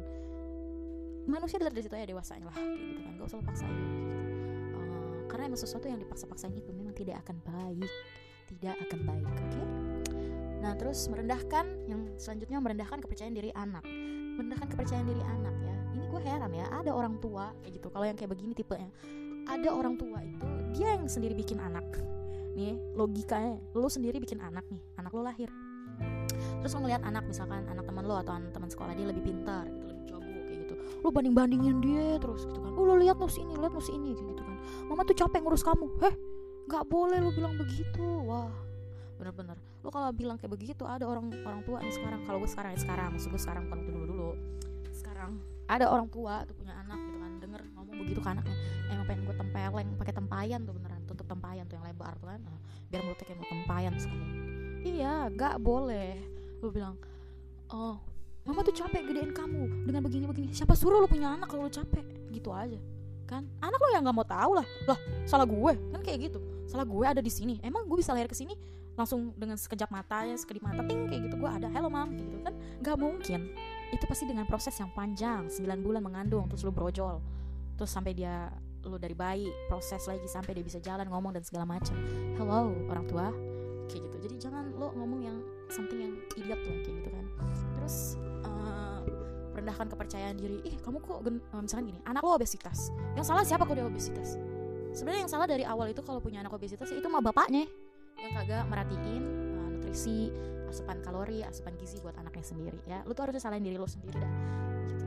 Manusia dari situ ya dewasanya lah kayak gitu kan, gak usah lu paksain gitu. Uh, karena emang sesuatu yang dipaksa-paksain itu memang tidak akan baik, tidak akan baik, oke? Okay? Nah terus merendahkan, yang selanjutnya merendahkan kepercayaan diri anak. Merendahkan kepercayaan diri anak ya. Ini gue heran ya, ada orang tua kayak gitu. Kalau yang kayak begini tipenya, ada orang tua itu dia yang sendiri bikin anak. Nih logikanya, lo sendiri bikin anak nih, anak lo lahir. Terus lo ngeliat anak, misalkan anak teman lo atau teman sekolah dia lebih pintar gitu, lebih jago kayak gitu. Lo banding bandingin dia terus gitu kan. Oh lo lihat lo sini, lihat lo sini kayak gitu kan. Mama tuh capek ngurus kamu. Heh, nggak boleh lo bilang begitu. Wah, bener-bener. Lo kalau bilang kayak begitu, ada orang orang tua nih sekarang. Kalau gue sekarang ya sekarang, maksud gue sekarang bukan dulu dulu. Sekarang ada orang tua tuh punya anak gitu kan, denger ngomong begitu ke anaknya, emang pengen gue tempeleng pakai tempayan tuh, beneran tutup tempayan tuh yang lebar tuh kan, nah, biar mulutnya kayak mau tempayan sekali. Iya, gak boleh. Lo bilang, oh mama tuh capek gedein kamu dengan begini-begini. Siapa suruh lo punya anak kalau lo capek? Gitu aja kan. Anak lo yang nggak mau tahu lah. Lah salah gue kan kayak gitu. Salah gue ada di sini. Emang gue bisa lahir ke sini langsung dengan sekejap mata ya, sekedip mata ting kayak gitu gue ada, hello mam kayak gitu kan? Nggak mungkin. Itu pasti dengan proses yang panjang, sembilan bulan mengandung, terus lo brojol, terus sampai dia lo dari bayi proses lagi sampai dia bisa jalan, ngomong dan segala macam. Hello orang tua kayak gitu. Jadi jangan lo ngomong yang something yang idiot lah kayak gitu kan. Terus uh, merendahkan kepercayaan diri. Ih kamu kok gen- misalkan gini, anak lo obesitas, yang salah siapa kalau dia obesitas? Sebenarnya yang salah dari awal itu kalau punya anak obesitas itu mah bapaknya yang kagak merhatiin uh, nutrisi, asupan kalori, asupan gizi buat anaknya sendiri ya. Lu tuh harusnya salahin diri lo sendiri dah gitu.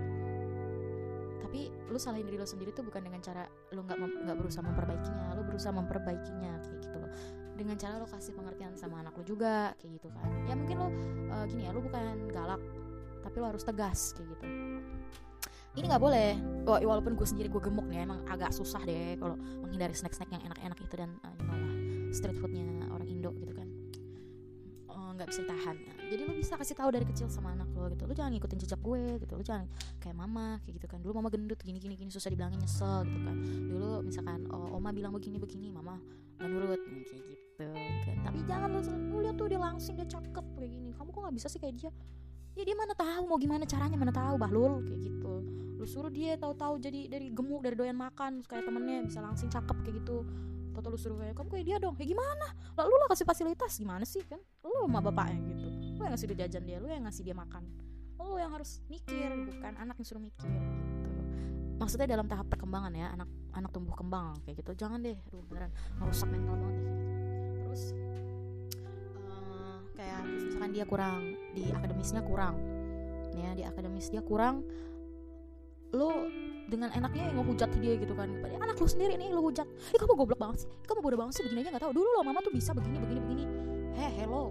Tapi lu salahin diri lo sendiri tuh bukan dengan cara lu nggak mem- nggak berusaha memperbaikinya, lu berusaha memperbaikinya kayak gitu loh. Dengan cara lo kasih pengertian sama anak lo juga kayak gitu kan. Ya mungkin lo uh, gini ya, lo bukan galak tapi lo harus tegas kayak gitu. Ini nggak boleh. Oh, walaupun gue sendiri gue gemuk nih, emang agak susah deh kalau menghindari snack-snack yang enak-enak itu dan uh, you know lah street foodnya orang Indo gitu kan, nggak uh, bisa ditahan. Nah, jadi lo bisa kasih tahu dari kecil sama anak lo gitu. Lo jangan ngikutin jejak gue gitu. Lo jangan kayak mama kayak gitu kan. Dulu mama gendut gini-gini gini susah dibilangin, nyesel gitu kan. Dulu misalkan oh, oma bilang begini-begini, mama nggak nurut nih, kayak gitu kan. Tapi jangan lo, lo lihat tuh dia langsing, dia cakep kayak gini. Kamu kok nggak bisa sih kayak dia? Ya dia mana tahu mau gimana caranya, mana tahu bahlul kayak gitu. Lu suruh dia tahu-tahu jadi dari gemuk, dari doyan makan kayak temennya bisa langsing cakep kayak gitu. Toto lu suruh kayak kamu kayak dia dong. Ya gimana? Lah lu lah kasih fasilitas gimana sih kan? Lu sama bapaknya gitu. Lu yang ngasih dia jajan dia, lu yang ngasih dia makan. Lu yang harus mikir, bukan anak yang suruh mikir gitu. Maksudnya dalam tahap perkembangan ya, anak anak tumbuh kembang kayak gitu. Jangan deh, aduh beneran ngerusak mental banget deh. Terus uh, kayak misalkan dia kurang di akademisnya kurang. Ya, di akademis dia kurang, lu dengan enaknya yang ngehujat dia gitu kan. Padahal anak lu sendiri nih lu hujat. Ih kamu goblok banget sih. Ih, kamu bodoh banget sih, begini aja enggak tahu. Dulu lo mama tuh bisa begini begini begini. Heh, hello.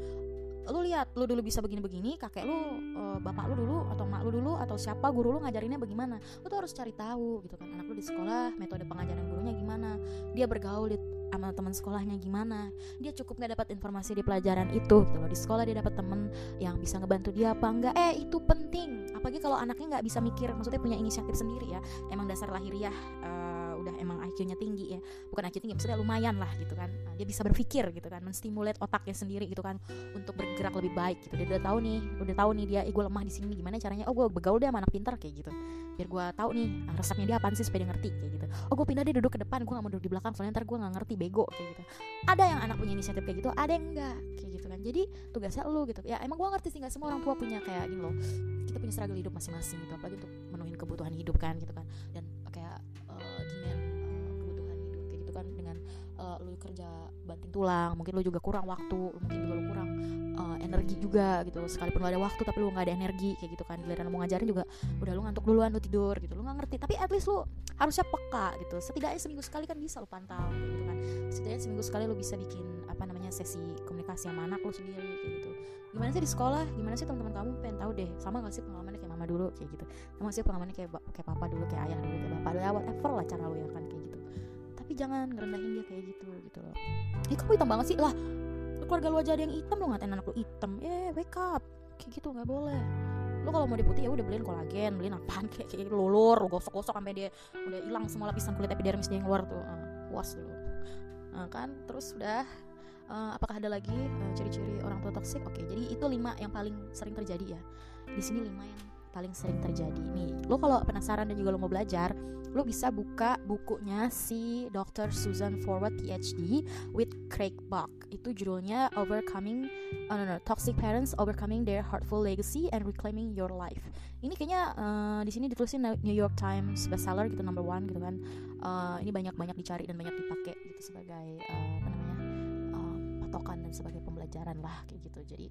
Lu lihat, lu dulu bisa begini-begini, kakek lu, uh, bapak lu dulu atau mak lu dulu atau siapa guru lu ngajarinnya bagaimana. Lu tuh harus cari tahu gitu kan. Anak lu di sekolah, metode pengajaran gurunya gimana, dia bergaul di sama teman sekolahnya gimana, dia cukup nggak dapat informasi di pelajaran itu gitu loh. Di sekolah dia dapat temen yang bisa ngebantu dia apa enggak, eh itu penting. Apalagi kalau anaknya nggak bisa mikir, maksudnya punya inisiatif sendiri ya, emang dasar lahiriah uh, udah emang I Q-nya tinggi ya, bukan I Q tinggi, maksudnya lumayan lah gitu kan. Nah, dia bisa berpikir gitu kan, menstimulat otaknya sendiri gitu kan untuk bergerak lebih baik gitu. Dia udah tahu nih, udah tahu nih dia, eh gue lemah di sini, gimana caranya? Oh gue bergaul deh sama anak pintar kayak gitu, biar gue tahu nih resepnya dia apaan sih supaya dia ngerti kayak gitu. Oh gue pindah dia duduk ke depan, gue nggak mau duduk di belakang soalnya ntar gue nggak ngerti, bego kayak gitu. Ada yang anak punya inisiatif kayak gitu, ada yang enggak kayak gitu kan. Jadi tugasnya lu gitu ya, emang gue ngerti sih nggak semua orang tua punya kayak gini loh, kita punya struggle hidup masing-masing gitu, apalagi untuk menuhin kebutuhan hidup kan gitu kan. Dan kayak uh, demand uh, kebutuhan hidup kayak gitu kan, dengan uh, lu kerja banting tulang, mungkin lu juga kurang waktu, mungkin juga lu kurang uh, energi juga gitu. Sekalipun lu ada waktu tapi lu nggak ada energi kayak gitu kan, giliran lu mau ngajarin juga udah lu ngantuk duluan, lu tidur gitu, lu nggak ngerti. Tapi at least lu harusnya peka gitu, setidaknya seminggu sekali kan bisa lu pantau kayak gitu kan. Setidaknya seminggu sekali lu bisa bikin apa namanya sesi komunikasi sama anak lu sendiri kayak gitu. Gimana sih di sekolah, gimana sih teman-teman kamu, pengen tahu deh, sama nggak sih pengalamannya kayak mama dulu kayak gitu, sama nggak sih pengalamannya kayak kayak papa dulu, kayak ayah dulu, kayak bapak dulu, ya whatever lah cara lu ya kan kayak gitu. Tapi jangan ngerendahin dia kayak gitu gitu loh. Ih kamu hitam banget sih, lah keluarga lu aja ada yang hitam, lu ngatain anak lu hitam, eh wake up kayak gitu, nggak boleh. Lu kalau mau diputih ya udah beliin kolagen, beliin apaan kayak kayak lulur, lu gosok-gosok sampai dia udah hilang semua lapisan kulit epidermis dia yang luar tuh, uh, puas dulu. Nah, kan terus udah uh, apakah ada lagi uh, ciri-ciri orang tua toksik? Oke, jadi itu lima yang paling sering terjadi ya. Di sini lima yang paling sering terjadi nih. Lo kalau penasaran dan juga lo mau belajar, lo bisa buka bukunya si dokter Susan Forward P H D with Craig Buck. Itu judulnya Overcoming oh no, no, Toxic Parents, Overcoming Their Hurtful Legacy and Reclaiming Your Life. Ini kayaknya uh, di sini ditulisin New York Times bestseller gitu, number one gitu kan. Uh, ini banyak-banyak dicari dan banyak dipakai gitu sebagai uh, apa namanya uh, patokan dan sebagai pembelajaran lah kayak gitu. Jadi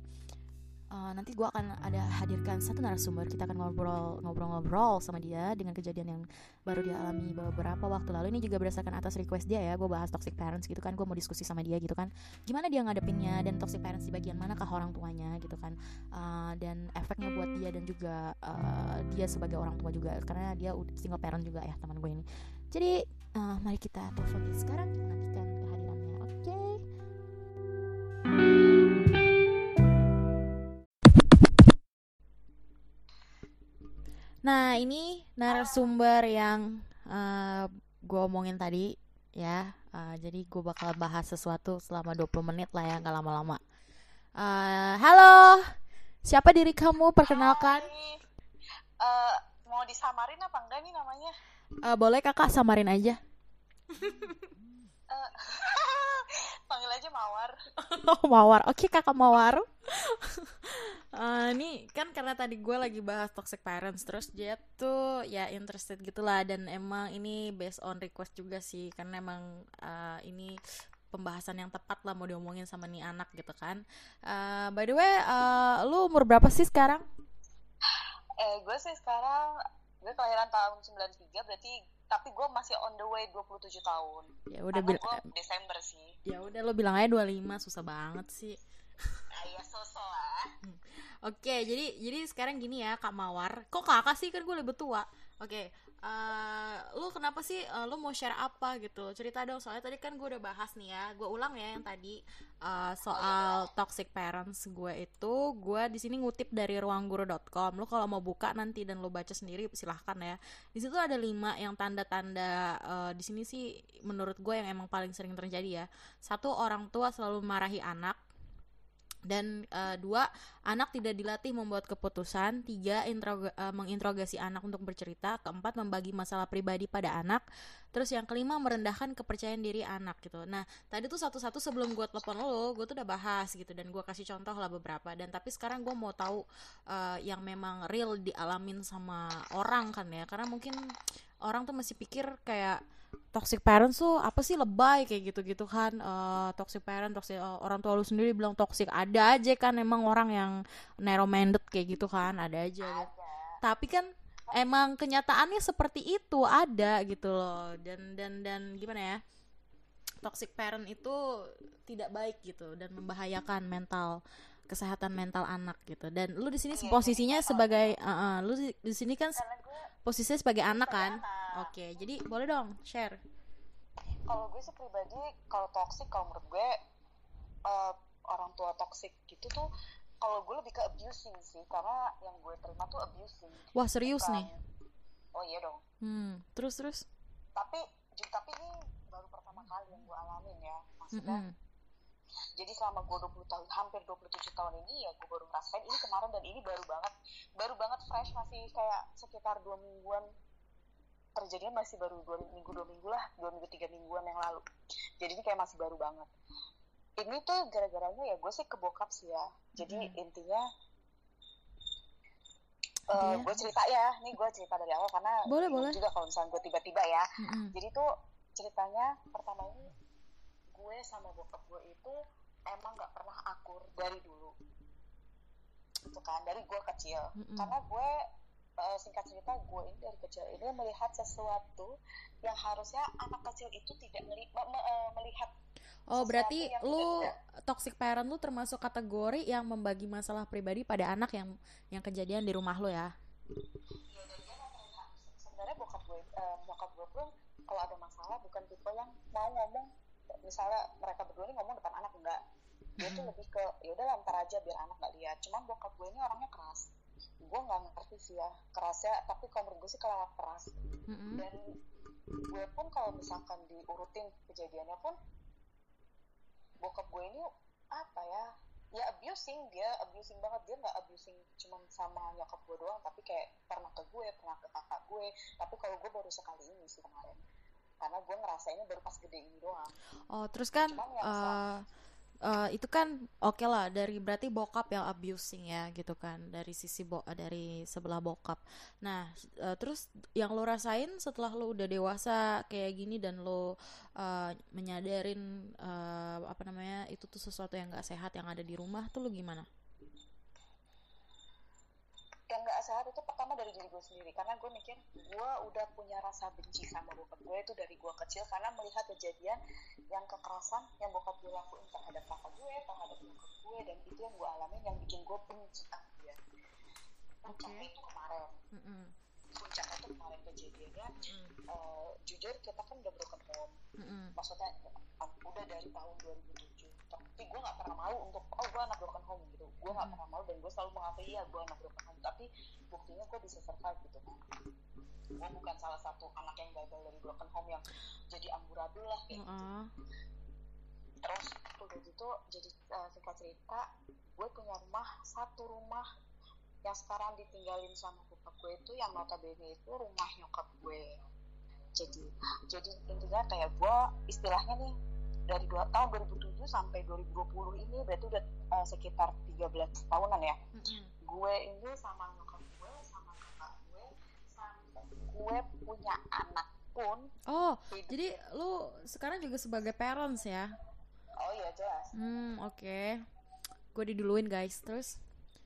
Uh, nanti gue akan ada hadirkan satu narasumber, kita akan ngobrol ngobrol-ngobrol sama dia dengan kejadian yang baru dia alami beberapa waktu lalu. Ini juga berdasarkan atas request dia ya, gue bahas toxic parents gitu kan, gue mau diskusi sama dia gitu kan, gimana dia ngadepinnya, dan toxic parents di bagian mana kah orang tuanya gitu kan, uh, dan efeknya buat dia dan juga uh, dia sebagai orang tua juga, karena dia single parent juga ya teman gue ini. Jadi uh, mari kita telepon dia sekarang, kita nantikan kehadirannya. Oke okay? Nah ini narasumber yang uh, gue omongin tadi ya, uh, jadi gue bakal bahas sesuatu selama dua puluh menit lah ya, gak lama-lama. uh, Halo, siapa diri kamu, perkenalkan. uh, Mau disamarin apa enggak nih namanya? Uh, boleh kakak samarin aja. uh, Panggil aja Mawar. Oh Mawar, oke okay, kakak Mawar. Uh, nih kan karena tadi gue lagi bahas toxic parents, terus dia tuh ya interested gitulah, dan emang ini based on request juga sih, karena emang uh, ini pembahasan yang tepat lah mau diomongin sama nih anak gitu kan. Uh, by the way, uh, lu umur berapa sih sekarang? Eh gue sih sekarang, gue kelahiran tahun sembilan puluh tiga, berarti tapi gue masih on the way dua puluh tujuh tahun. Ya udah bil- bil- Desember sih. Ya udah lo bilang aja dua puluh lima, susah banget sih. Ayah sosok lah. Hmm. Oke, okay, jadi jadi sekarang gini ya Kak Mawar. Kok kakak sih, kan gue lebih tua. Oke, okay, uh, lu kenapa sih uh, lu mau share apa gitu? Cerita dong, soalnya tadi kan gue udah bahas nih ya. Gue ulang ya yang tadi uh, soal toxic parents gue itu. Gue di sini ngutip dari ruang guru dot com. Lu kalau mau buka nanti dan lu baca sendiri silahkan ya. Di situ ada lima yang tanda-tanda uh, di sini sih menurut gue yang emang paling sering terjadi ya. Satu, orang tua selalu marahi anak. Dan uh, dua, anak tidak dilatih membuat keputusan. Tiga, introga- uh, menginterogasi anak untuk bercerita. Keempat, membagi masalah pribadi pada anak. Terus yang kelima, merendahkan kepercayaan diri anak gitu. Nah tadi tuh satu-satu sebelum gue telepon lo, gue tuh udah bahas gitu, dan gue kasih contoh lah beberapa. Dan tapi sekarang gue mau tahu uh, yang memang real dialamin sama orang kan ya, karena mungkin orang tuh masih pikir kayak toxic parents tuh apa sih, lebay kayak gitu-gitu kan. uh, Toxic parent, toxic, uh, orang tua lu sendiri bilang toxic. Ada aja kan emang orang yang narrow minded kayak gitu kan, ada aja gitu. Tapi kan emang kenyataannya seperti itu ada gitu loh. Dan dan dan gimana ya, toxic parent itu tidak baik gitu dan membahayakan mental kesehatan mental anak gitu. Dan lu di sini Iya, posisinya jadi sebagai uh, uh, lu di, di sini kan karena gue posisinya sebagai anak sebagai kan. anak. Oke, jadi boleh dong share. Kalau gue sih pribadi, kalau toxic, kalau menurut gue uh, orang tua toxic gitu tuh, kalau gue lebih ke abusing sih, karena yang gue terima tuh abusing. Wah, serius Bukan, nih. oh iya dong. Hmm, terus terus. Tapi tapi ini baru pertama kali yang gue alamin ya, maksudnya. Mm-mm. Jadi selama gue dua puluh tahun, hampir dua puluh tujuh tahun ini ya gue baru ngerasain ini kemarin, dan ini baru banget, baru banget fresh, masih kayak sekitar dua mingguan terjadinya, masih baru dua minggu dua minggu lah, dua minggu tiga mingguan yang lalu. Jadi ini kayak masih baru banget. Ini tuh gara-garanya ya gue sih ke bokap sih ya. Jadi mm-hmm. intinya uh, gue cerita ya, nih gue cerita dari awal karena boleh, boleh. juga kalau misalnya gue tiba-tiba ya. Mm-hmm. Jadi tuh ceritanya pertama ini, gue sama bokap gue itu emang nggak pernah akur dari dulu, itu kan dari gue kecil. Mm-hmm. Karena gue uh, singkat cerita, gue ini dari kecil ini melihat sesuatu yang harusnya anak kecil itu tidak meli- me- me- uh, melihat. Oh, berarti lu toxic parent lu termasuk kategori yang membagi masalah pribadi pada anak yang yang kejadian di rumah lu ya? Iya, dan dia terlihat sebenarnya bokap gue, uh, bokap gue pun kalau ada masalah bukan tipe yang mau ngomong, misalnya mereka berdua ini ngomong depan anak, enggak. Dia tuh lebih ke ya udah lantar aja biar anak nggak lihat. Cuman bokap gue ini orangnya keras. Gue nggak ngerti sih ya kerasnya, tapi kalau menurut gue sih kelewat keras. Mm-hmm. Dan gue pun kalau misalkan diurutin kejadiannya pun, bokap gue ini apa ya, ya abusing, dia abusing banget. Dia nggak abusing cuman sama nyokap gue doang, tapi kayak pernah ke gue, pernah ke kakak gue. Tapi kalau gue baru sekali ini sih kemarin, karena gue ngerasainnya baru pas gede ini doang. Oh, terus kan uh, uh, itu kan oke okay lah, dari berarti bokap yang abusing ya gitu kan, dari sisi bo dari sebelah bokap. Nah, uh, terus yang lo rasain setelah lo udah dewasa kayak gini dan lo uh, menyadarin uh, apa namanya itu tuh sesuatu yang nggak sehat yang ada di rumah tuh, lo gimana? Yang gak sehat itu pertama dari diri gue sendiri, karena gue mikir gue udah punya rasa benci sama bokap gue itu dari gue kecil, karena melihat kejadian yang kekerasan yang bokap gue lakuin terhadap kakak gue, terhadap bokap gue, dan itu yang gue alamin yang bikin gue benci sama dia. Puncaknya okay. itu kemarin mm-hmm. puncaknya itu kemarin kejadiannya mm-hmm. uh, jujur kita kan udah broken home, mm-hmm. maksudnya udah dari tahun dua ribu tujuh, tapi gue gak pernah malu untuk oh gue anak broken home gitu. Gue gak pernah malu dan gue selalu mengakui ya gue anak broken home, tapi buktinya gue bisa survive gitu kan. Gue bukan salah satu anak yang gagal dari broken home yang jadi amburadul lah kayak uh-uh. gitu. Terus udah gitu jadi uh, singkat cerita, gue punya rumah, satu rumah yang sekarang ditinggalin sama bokap gue itu yang notabene itu rumah nyokap gue. Jadi jadi intinya kayak gue istilahnya nih dari dua, tahun dua ribu tujuh sampai dua ribu dua puluh ini berarti udah uh, sekitar tiga belas tahunan ya. Mm-hmm. Gue ini sama nyokap gue, sama kakak gue, sampai gue punya anak pun. Oh, hidup. Jadi lu sekarang juga sebagai parents ya? Oh iya jelas. Hmm, oke. Okay. Gue diduluin guys, terus?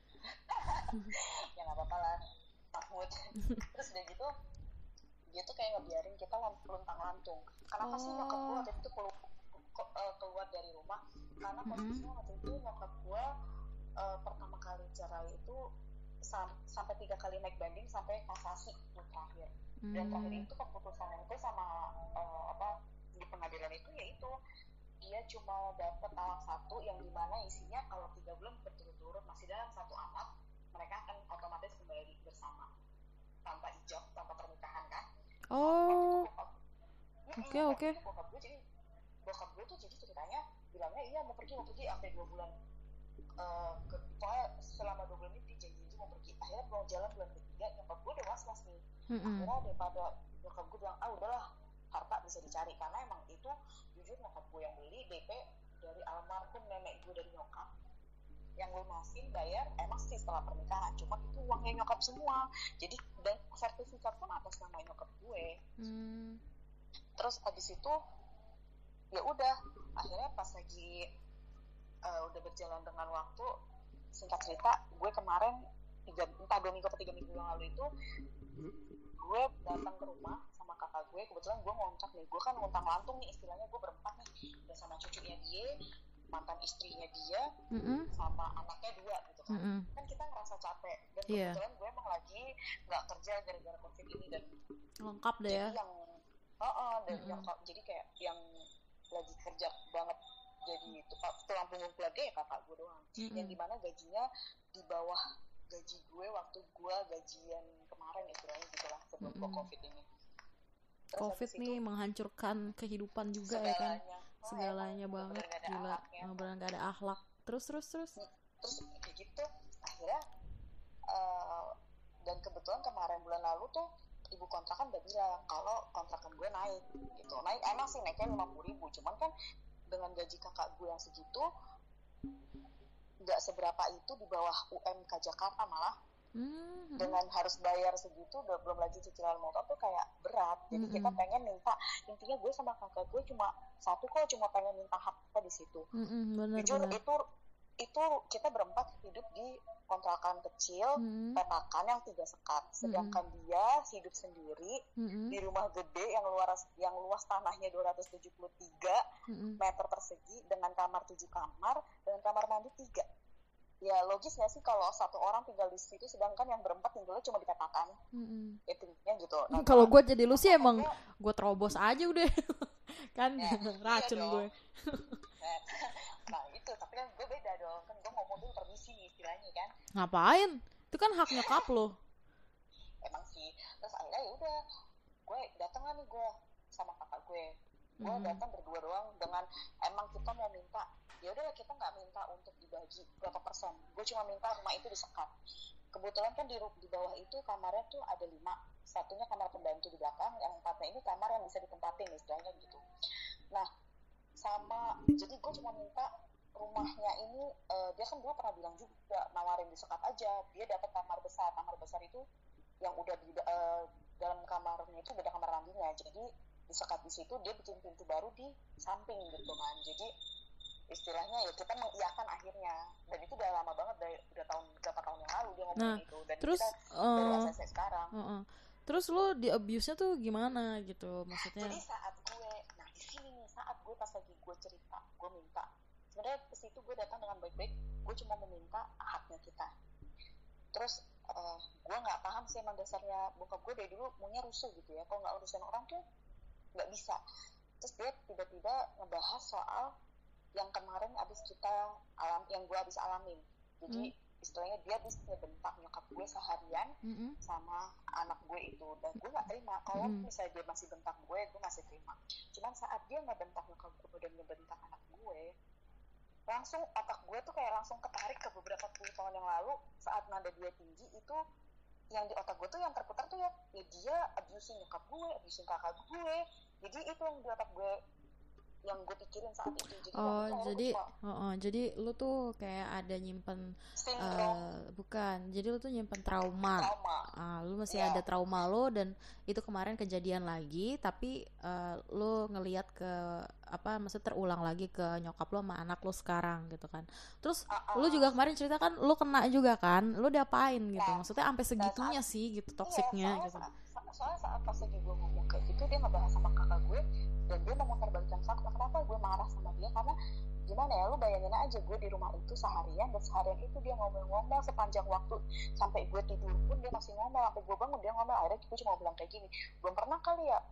Ya nggak apa-apa lah, Mahmud. Terus udah gitu, dia tuh kayak ngebiarin kita luntang lantung. Kenapa oh. sih nyokap gue waktu itu perlu keluar dari rumah? Karena posisinya waktu itu nyokap gue uh, pertama kali cerai itu sam- sampai tiga kali naik banding sampai kasasi yang terakhir. Mm. Dan terakhir itu keputusannya itu sama uh, apa di pengadilan itu yaitu dia cuma dapat talak satu yang dimana isinya kalau tiga bulan berturut-turut masih dalam satu anak, mereka akan otomatis kembali bersama tanpa ijab, tanpa pernikahan kan. Oh. Oke oke. Bokap gue jadi bokap gue tuh jadi ceritanya bilangnya iya mau pergi mau pergi sampai dua bulan uh, ke, pokoknya selama dua bulan ini dijanji mau pergi. Akhirnya mau jalan bulan ketiga nyokap gue udah was-was nih. Mm-hmm. Akhirnya daripada nyokap gue bilang ah udahlah harta bisa dicari, karena emang itu jujur nyokap gue yang beli D P dari almarhum nenek gue dari nyokap, yang lunasin bayar emang sih setelah pernikahan, cuma itu uangnya nyokap semua. Jadi dan sertifikat pun atas nama nyokap gue. Mm. Terus abis itu ya udah akhirnya pas lagi uh, udah berjalan dengan waktu, singkat cerita gue kemarin tiga entah dua minggu atau tiga minggu yang lalu itu gue datang ke rumah sama kakak gue. Kebetulan gue ngontrak nih, gue kan ngontang lantung nih istilahnya, gue berempat nih, udah sama cucunya dia, mantan istrinya dia, Mm-mm. sama anaknya dua gitu kan. Mm-mm. Kan kita ngerasa capek dan Iya. kebetulan gue emang lagi nggak kerja gara-gara covid ini dan Lengkap deh ya. jadi yang oh, oh dan Mm-mm. yang jadi kayak yang lagi kerja banget jadi tulang tulang punggung keluarga ya kakak gue doang. Mm-mm. Yang dimana gajinya di bawah gaji gue waktu gue gajian kemarin istilahnya gitulah sebelum Mm-mm. covid ini. Terus Covid habis nih itu menghancurkan kehidupan juga ya kan, segalanya oh, segalanya emang banget, bener-bener gak ada gila, akhlaknya. beneran gak ada akhlak. Terus terus terus. Terus kayak gitu akhirnya uh, dan kebetulan kemarin bulan lalu tuh ibu kontrakan udah bilang kalau kontrakan gue naik gitu. Naik emang sih naiknya lima puluh ribu, cuman kan dengan gaji kakak gue yang segitu nggak seberapa itu di bawah U M K Jakarta malah. Mm-hmm. Dengan harus bayar segitu, udah belum lagi cicilan motor tuh kayak berat. Jadi mm-hmm. kita pengen minta, intinya gue sama kakak gue cuma satu kok, cuma pengen minta hak kita di situ. Mm-hmm, bener, jujur bener. itu itu kita berempat hidup di kontrakan kecil, mm-hmm. petakan yang tiga sekat. Sedangkan mm-hmm. dia hidup sendiri mm-hmm. di rumah gede yang luas yang luas tanahnya dua ratus tujuh puluh tiga mm-hmm. meter persegi dengan kamar tujuh kamar dan kamar mandi tiga. Ya logis nggak sih kalau satu orang tinggal di situ sedangkan yang berempat tinggalnya cuma di petakan. Mm-hmm. Intinya gitu. Nah, kalau gue jadi lu sih emang gue terobos aja udah kan ya, racun iya gue. Nah itu tapi kan gue beda dong, kan gue ngomong dulu permisi nih istilahnya kan. Ngapain? Itu kan hak nyokap lo. Emang sih. Terus akhirnya ya udah gue datang nih gue sama kakak gue. Gue mm-hmm. datang berdua doang dengan emang kita mau minta. Ya udah kita nggak minta untuk dibagi berapa persen. Gue cuma minta rumah itu disekat. Kebetulan kan di di bawah itu kamarnya tuh ada lima. Satunya kamar pembantu di belakang, yang empatnya ini kamar yang bisa ditempatin istilahnya gitu. Nah sama jadi gue cuma minta rumahnya ini uh, dia kan dulu pernah bilang juga nawarin disekat aja, dia dapat kamar besar. Kamar besar itu yang udah di uh, dalam kamarnya itu beda kamar mandinya, jadi disekat di situ, dia bikin pintu baru di samping gitu kan. Jadi istilahnya ya kita mengiyakan akhirnya, dan itu udah lama banget, dari udah tahun berapa tahun yang lalu dia ngomong nah, itu dan terus, kita uh, baru A C C sekarang. Uh-uh. Terus lo di abuse-nya tuh gimana gitu maksudnya? Jadi saat gue, nah di sini nih saat gue pas lagi gue cerita, gue minta. Sebenarnya ke situ gue datang dengan baik-baik, gue cuma meminta haknya kita. Terus uh, gue nggak paham sih emang dasarnya bokap gue dari dulu maunya rusuh gitu ya, kalau nggak urusan orang tuh nggak bisa. Terus dia tiba-tiba ngebahas soal yang kemarin abis kita alam, yang gue abis alamin. Jadi hmm. istilahnya dia abis ngebentak nyokap gue seharian mm-hmm. sama anak gue itu, dan gue nggak terima. Kalau mm-hmm. misalnya dia masih bentak gue, gue masih terima. Cuman saat dia ngebentak nyokap gue dan ngebentak anak gue, langsung otak gue tuh kayak langsung ketarik ke beberapa puluh tahun yang lalu saat nada dia tinggi itu. Yang di otak gue tuh yang terputar tuh ya, ya dia abusing nyokap gue, abusing kakak gue. Jadi itu yang di otak gue yang gue pikirin saat itu. Jadi oh jadi oh, oh jadi lu tuh kayak ada nyimpen uh, bukan jadi lu tuh nyimpen trauma, trauma. Uh, lu masih yeah. ada trauma lo, dan itu kemarin kejadian lagi tapi uh, lu ngelihat ke apa maksud terulang lagi ke nyokap lu sama anak lu sekarang gitu kan. Terus uh-uh. lu juga kemarin cerita kan lu kena juga kan, lu diapain gitu nah, maksudnya sampai segitunya nah, saat, sih gitu toksiknya iya, gitu. Saat, soalnya saat pas lagi gue ngomong kayak gitu dia ngebahas sama kakak gue dan dia memutarbalikkan fakta. Kenapa gue marah sama dia? Karena gimana ya, lu bayangin aja gue di rumah itu seharian, dan seharian itu dia ngomel-ngomel sepanjang waktu sampai gue tidur pun dia masih ngomel, sampai gue bangun dia ngomel. Akhirnya gue cuma bilang kayak gini, belum pernah kali ya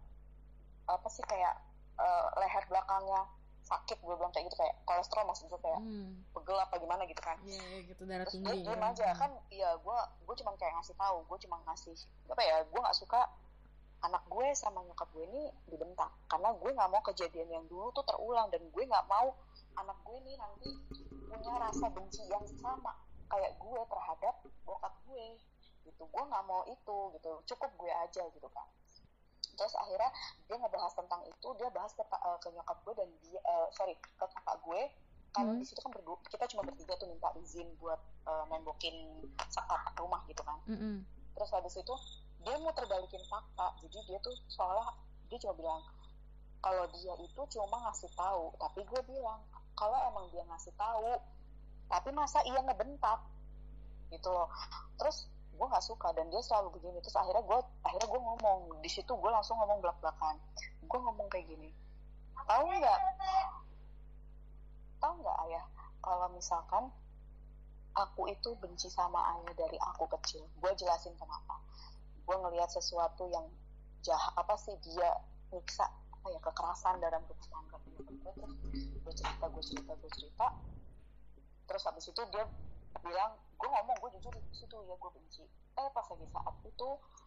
apa sih kayak uh, leher belakangnya sakit, gue bilang kayak gitu, kayak kolesterol maksud gue kayak hmm. pegel apa gimana gitu kan. Iya yeah, gitu, darah terus tinggi. Terus gue aja hmm. kan, iya gue gue cuma kayak ngasih tahu, gue cuma ngasih apa ya, gue nggak suka anak gue sama nyokap gue ini dibentak, karena gue nggak mau kejadian yang dulu tuh terulang, dan gue nggak mau anak gue nih nanti punya rasa benci yang sama kayak gue terhadap bokap gue gitu. Gue nggak mau itu gitu, cukup gue aja gitu kan. Terus akhirnya dia ngebahas tentang itu, dia bahas ke, uh, ke nyokap gue dan dia uh, sorry ke kakak gue, karena hmm. di situ kan berdua, kita cuma bertiga tuh minta izin buat uh, nembokin sekat rumah gitu kan. Hmm. Terus habis itu dia mau terbalikin fakta, jadi dia tuh soalnya dia cuma bilang kalau dia itu cuma ngasih tahu, tapi gue bilang kalau emang dia ngasih tahu, tapi masa iya ngebentak, gitu loh. Terus gue nggak suka dan dia selalu begini. Terus akhirnya gue akhirnya gue ngomong di situ, gue langsung ngomong belak-belakan. Gue ngomong kayak gini, tahu nggak tahu nggak ayah, kalau misalkan aku itu benci sama ayah dari aku kecil. Gue jelasin kenapa. Gue ngelihat sesuatu yang jahat, apa sih, dia nyiksa apa ya, kekerasan dalam rumah tangga. Terus gue cerita gue cerita gue cerita terus habis itu dia bilang, gue ngomong, gue jujur di situ, ya gue benci. Eh pas lagi saat itu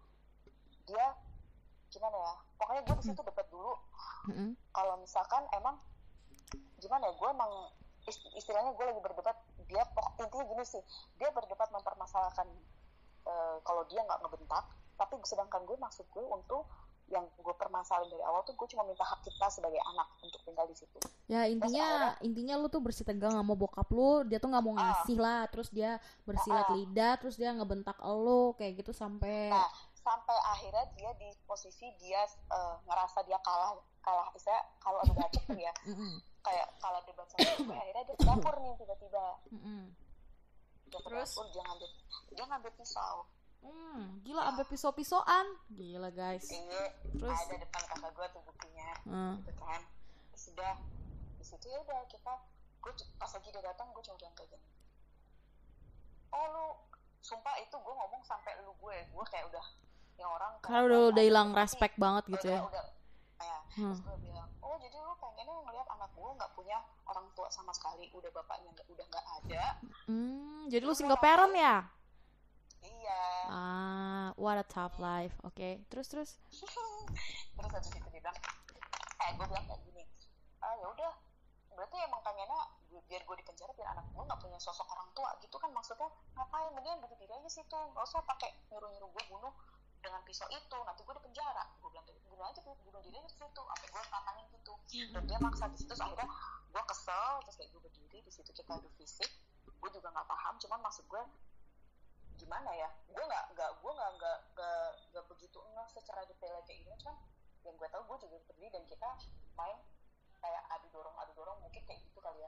dia gimana ya, pokoknya gue di situ debat dulu. Mm-hmm. Kalau misalkan emang gimana ya, gue emang istilahnya gue lagi berdebat, dia pokok intinya gini sih, dia berdebat mempermasalahkan uh, kalau dia nggak ngebentak, tapi sedangkan gue maksud gue untuk yang gue permasalahin dari awal tuh gue cuma minta hak kita sebagai anak untuk tinggal di situ. Ya intinya akhirnya, intinya lu tuh bersih tegang sama bokap lu, dia tuh nggak mau ngasih uh, lah, terus dia bersilat uh, lidah, terus dia ngebentak lu kayak gitu sampai. Nah sampai akhirnya dia di posisi dia uh, ngerasa dia kalah kalah, istilah kalau ada bacot tuh ya, kayak kalah debat sama gue, akhirnya dia ke dapur nih tiba-tiba. Dia ke terus dapur, dia ngambil dia ngambil pisau. Hmm, gila sampai pisau-pisauan. Gila guys. Ini terus ada depan kakak gue tuh buktinya. Hmm. Gitu kan. Sudah di situ ya udah kita, gue pas lagi dia datang gue cuma bilang kayak gini. Oh lu, sumpah itu gue ngomong sampai lu gue, gue kayak udah yang orang karena udah udah hilang respect banget gitu udah, ya. Udah kayak hmm. Terus gue bilang, "Oh, jadi lu pengennya ngelihat anak gue enggak punya orang tua sama sekali, udah bapaknya enggak udah enggak ada." Hmm, jadi lu single parent ya? Iya. Ah, what a tough life. Oke, okay. terus terus. Terus habis itu dia bilang, eh gue bilang kayak gini, ah ya udah, berarti emang pengennya biar gue di penjara biar anak gue nggak punya sosok orang tua gitu kan, maksudnya ngapain, mendingan bunuh diri aja situ, nggak usah pakai nyuruh nyuruh gue bunuh dengan pisau itu, nanti gue di penjara. Gue bilang kayak bunuh aja, bunuh diri aja situ, apa gue tantangin gitu. Dan dia maksa di situ, akhirnya gue kesel, terus kayak gue berdiri di situ, kita adu fisik. Gue juga nggak paham, cuman maksud gue gimana ya, gue nggak nggak gue nggak nggak nggak begitu enggak secara detail kayak gini, cuman yang gue tahu gue juga berdiri dan kita main kayak adu dorong adu dorong mungkin kayak gitu kali ya.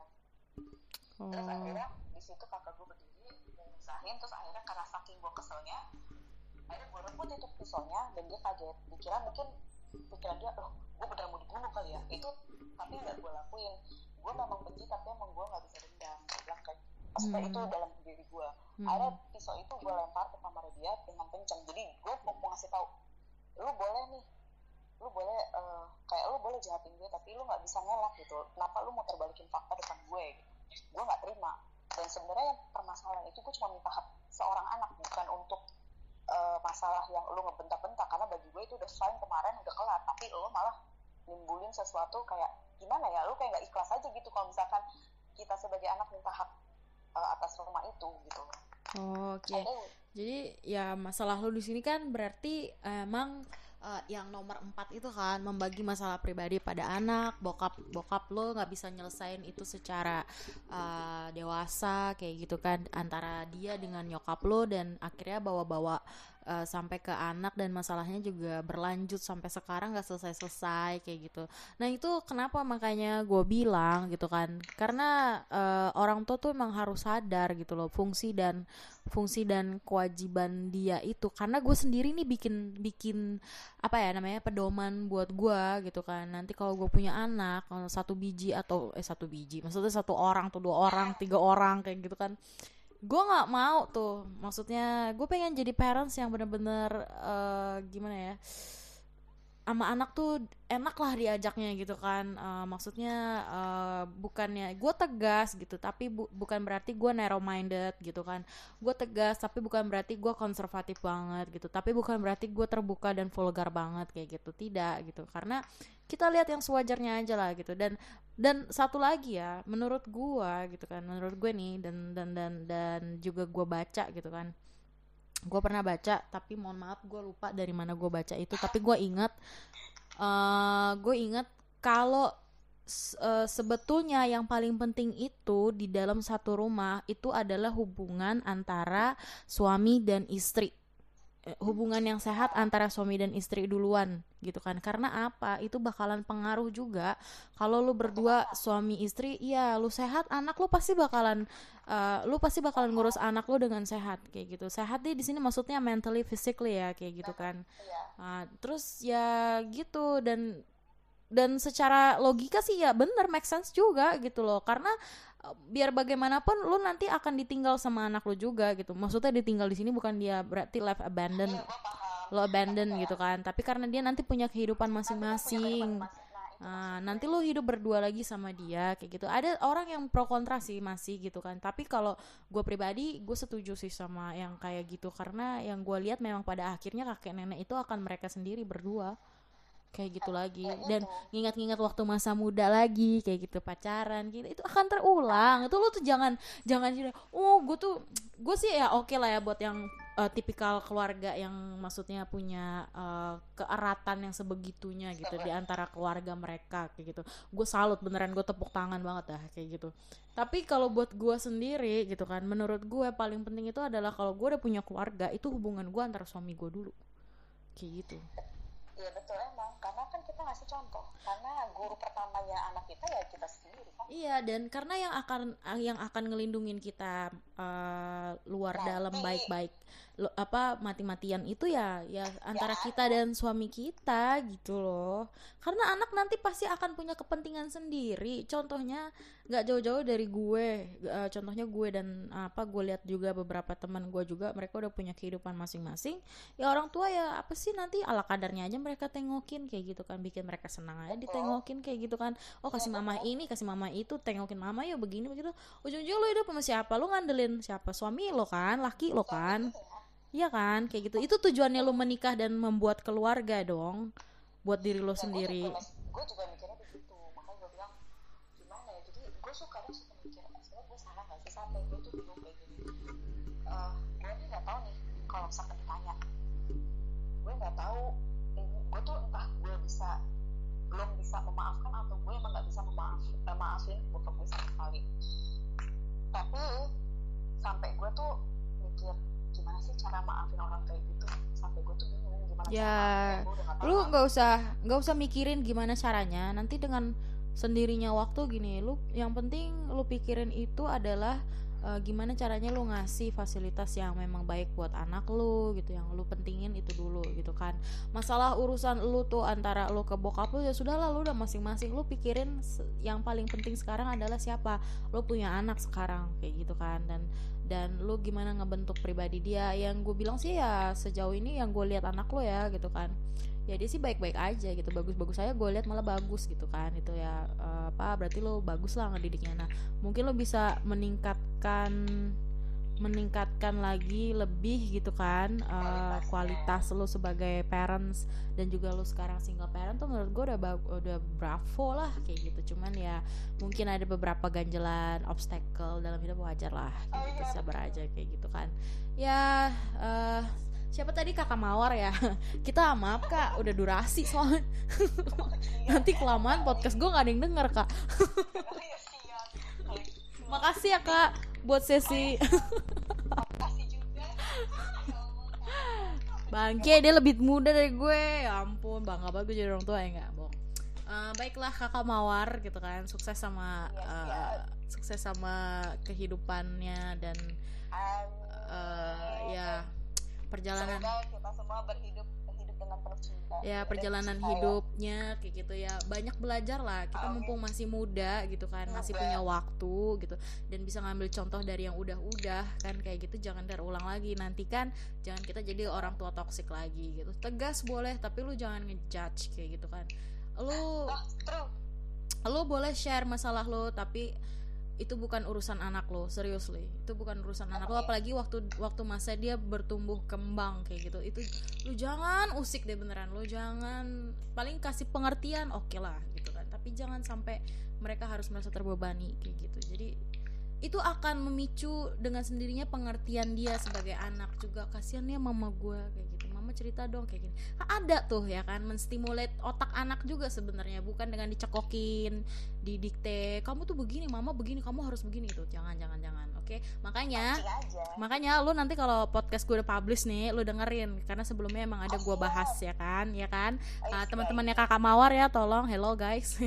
Oh. Terus akhirnya di situ kakak gue berdiri mengusahin, terus akhirnya karena saking gue keselnya akhirnya gue rebut itu pisaunya dan dia kaget, dikira mungkin pikiran dia, loh gue beneran mau dibunuh kali ya, itu tapi nggak gue lakuin. Gue memang benci tapi emang gue nggak bisa dendam, gue bilang kayak maksudnya hmm. itu dalam diri gue. Hmm. Akhirnya pisau itu gue lempar ke kamar dia dengan kencang. Jadi gue mau, mau ngasih tahu, lu boleh nih, lu boleh uh, kayak lu boleh jahatin gue, tapi lu nggak bisa ngelak gitu. Kenapa lu mau terbalikin fakta depan gue? Gitu. Gue nggak terima. Dan sebenarnya permasalahan itu gue cuma minta hak seorang anak, bukan untuk uh, masalah yang lu ngebentak-bentak. Karena bagi gue itu udah selesai kemarin, udah kelar. Tapi lu malah nimbulin sesuatu kayak gimana ya? Lu kayak nggak ikhlas aja gitu kalau misalkan kita sebagai anak minta hak atas rumah itu gitu. Oh, oke. Okay. Jadi ya masalah lu di sini kan berarti emang uh, yang nomor empat itu kan membagi masalah pribadi pada anak, bokap bokap lo nggak bisa nyelesain itu secara uh, dewasa kayak gitu kan, antara dia dengan nyokap lo, dan akhirnya bawa-bawa Uh, sampai ke anak, dan masalahnya juga berlanjut sampai sekarang gak selesai-selesai kayak gitu. Nah itu kenapa makanya gue bilang gitu kan, karena uh, orang tua tuh emang harus sadar gitu loh fungsi dan fungsi dan kewajiban dia itu. Karena gue sendiri nih bikin bikin apa ya namanya pedoman buat gue gitu kan. Nanti kalau gue punya anak satu biji atau eh satu biji maksudnya satu orang tuh dua orang tiga orang kayak gitu kan, gue nggak mau tuh, maksudnya gue pengen jadi parents yang bener-bener uh, gimana ya, sama anak tuh enak lah diajaknya gitu kan, uh, maksudnya uh, bukannya gue tegas gitu, tapi bu- bukan berarti gue narrow minded gitu kan, gue tegas tapi bukan berarti gue konservatif banget gitu, tapi bukan berarti gue terbuka dan vulgar banget kayak gitu, tidak gitu, karena kita lihat yang sewajarnya aja lah gitu. Dan dan satu lagi ya, menurut gue gitu kan, menurut gue nih, dan dan dan dan juga gue baca gitu kan, gue pernah baca tapi mohon maaf gue lupa dari mana gue baca itu, tapi gue ingat uh, gue ingat kalau uh, sebetulnya yang paling penting itu di dalam satu rumah itu adalah hubungan antara suami dan istri. hubungan yang sehat antara suami dan istri duluan gitu kan. Karena apa? Itu bakalan pengaruh juga kalau lu berdua suami istri, iya lu sehat, anak lu pasti bakalan uh, lu pasti bakalan ngurus anak lu dengan sehat kayak gitu. Sehat di di sini maksudnya mentally, physically ya kayak gitu kan. Uh, terus ya gitu, dan dan secara logika sih ya bener, make sense juga gitu loh, karena biar bagaimanapun lu nanti akan ditinggal sama anak lu juga gitu. Maksudnya ditinggal di sini bukan dia berarti left abandon, lo abandon gitu kan, tapi karena dia nanti punya kehidupan masing-masing. Nah, nanti lu hidup berdua lagi sama dia kayak gitu. Ada orang yang pro kontra sih masih gitu kan, tapi kalau gue pribadi gue setuju sih sama yang kayak gitu, karena yang gue lihat memang pada akhirnya kakek nenek itu akan mereka sendiri berdua kayak gitu lagi, dan ngingat-ngingat waktu masa muda lagi kayak gitu, pacaran gitu, itu akan terulang. Itu lu tuh jangan jangan oh gue tuh gue sih ya oke okay lah ya buat yang uh, tipikal keluarga yang maksudnya punya uh, keeratan yang sebegitunya gitu di antara keluarga mereka kayak gitu. Gue salut beneran, gue tepuk tangan banget dah kayak gitu. Tapi kalau buat gue sendiri gitu kan, menurut gue paling penting itu adalah kalau gue udah punya keluarga, itu hubungan gue antara suami gue dulu kayak gitu. Iya betul, emang karena kan kita ngasih contoh, karena guru pertamanya anak kita ya kita sendiri kan. Iya, dan karena yang akan yang akan ngelindungin kita uh, luar Nanti. dalam baik-baik lo, apa mati-matian itu ya ya antara ya, kita dan suami kita gitu loh. Karena anak nanti pasti akan punya kepentingan sendiri. Contohnya nggak jauh-jauh dari gue, uh, contohnya gue dan apa gue lihat juga beberapa teman gue juga, mereka udah punya kehidupan masing-masing. Ya orang tua ya apa sih nanti ala kadarnya aja mereka tengokin kayak gitu kan, bikin mereka senang aja ditengokin kayak gitu kan. Oh kasih mama ini, kasih mama itu, tengokin mama ya begini begitu. Ujung-ujung lo hidup sama siapa? Lo ngandelin siapa? Suami lo kan, laki lo kan. Iya kan, kayak gitu. Itu tujuannya lo menikah dan membuat keluarga dong, buat diri lo sendiri. Gue juga mikirnya begitu, makanya gue bilang gimana ya. Jadi gue suka kadang suka mikir, sebenarnya gue salah nggak sih sampai gue tuh bingung kayak gini. Uh, gue nih nggak tahu nih kalau misalkan ditanya, gue nggak tahu. Eh, gue tuh entah gue bisa belum bisa memaafkan atau gue emang nggak bisa memaaf, eh, maafin bokap gue sama sekali. Tapi sampai gue tuh mikir gimana sih cara maafin orang kayak gitu, sampai gue tuh bingung gimana ya, cara lu nggak usah nggak usah mikirin gimana caranya, nanti dengan sendirinya waktu gini. Lu yang penting lu pikirin itu adalah uh, gimana caranya lu ngasih fasilitas yang memang baik buat anak lu gitu, yang lu pentingin itu dulu gitu kan. Masalah urusan lu tuh antara lu ke bokap lu ya sudahlah, lu udah masing-masing. Lu pikirin yang paling penting sekarang adalah siapa, lu punya anak sekarang kayak gitu kan, dan dan lu gimana ngebentuk pribadi dia. Yang gue bilang sih ya sejauh ini yang gue lihat anak lo ya gitu kan, ya dia sih baik-baik aja gitu, bagus-bagus aja gue lihat, malah bagus gitu kan. Itu ya uh, apa berarti lo bagus lah ngedidiknya. Nah mungkin lo bisa meningkatkan meningkatkan lagi lebih gitu kan uh, kualitas lo sebagai parents, dan juga lo sekarang single parent tuh menurut gue udah ba- udah bravo lah kayak gitu. Cuman ya mungkin ada beberapa ganjelan, obstacle dalam hidup, wajar lah kayak gitu, sabar aja kayak gitu kan ya. Uh, siapa tadi, Kakak Mawar ya. Kita maaf Kak, udah durasi soalnya. Nanti kelamaan podcast gue gak ada yang denger Kak. Makasih ya Kak buat sesi. Makasih juga. Bangke, dia lebih muda dari gue. Ya ampun, bangga banget gue jadi orang tua ya enggak, bohong. Uh, baiklah Kakak Mawar gitu kan, sukses sama uh, sukses sama kehidupannya dan uh, ya perjalanan. Semoga kita semua berhidup hidup dengan penuh cinta. Ya perjalanan hidupnya kayak gitu ya, banyak belajar lah kita. Amin. Mumpung masih muda gitu kan, masih punya waktu gitu, dan bisa ngambil contoh dari yang udah-udah kan kayak gitu. Jangan terulang lagi nanti kan, jangan kita jadi orang tua toksik lagi gitu. Tegas boleh, tapi lu jangan ngejudge kayak gitu kan. Lu lu boleh share masalah lu, tapi itu bukan urusan anak lo, seriously. Itu bukan urusan anak lo, apalagi waktu waktu masa dia bertumbuh kembang kayak gitu. Itu lu jangan usik deh beneran. Lu jangan, paling kasih pengertian oke okay lah gitu kan, tapi jangan sampai mereka harus merasa terbebani kayak gitu. Jadi itu akan memicu dengan sendirinya pengertian dia sebagai anak juga. Kasian ya mama gue kayak gitu, mama cerita dong kayak gini. Ada tuh ya kan, menstimulate otak anak juga sebenarnya, bukan dengan dicekokin, didikte kamu tuh begini, mama begini, kamu harus begini. Itu jangan jangan jangan oke Oke, makanya Mancing aja. makanya lu nanti kalau podcast gue udah publish nih, lu dengerin karena sebelumnya emang ada Oh, gue bahas siap. ya kan, ya kan. Oh, Uh, iya, teman-temannya iya. Kakak Mawar ya, tolong hello guys.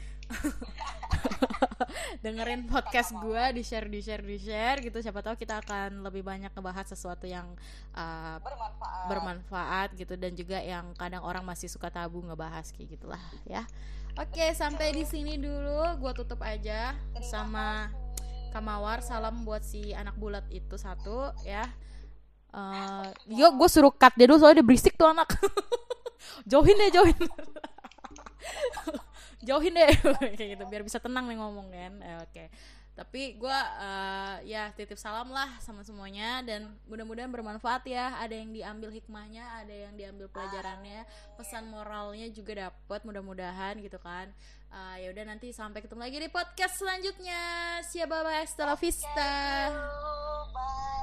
Dengerin podcast gue, di share di share di share gitu, siapa tahu kita akan lebih banyak ngebahas sesuatu yang uh, Bermanfaat. bermanfaat gitu, dan juga yang kadang orang masih suka tabu ngebahas kayak gitulah ya. Oke, sampai di sini dulu, gue tutup aja. Terima Sama kasih. Kamawar, salam buat si anak bulat itu satu ya. Uh, yo gue suruh cut dia dulu soalnya dia berisik tuh anak. Jauhin deh, jauhin. Jauhin deh kayak gitu biar bisa tenang nih ngomong kan. Eh, oke. Tapi gue uh, ya titip salam lah sama semuanya, dan mudah-mudahan bermanfaat ya. Ada yang diambil hikmahnya, ada yang diambil pelajarannya, pesan moralnya juga dapat mudah-mudahan gitu kan. Uh, ya udah, nanti sampai ketemu lagi di podcast selanjutnya. Siapa bye, hasta la vista. Bye.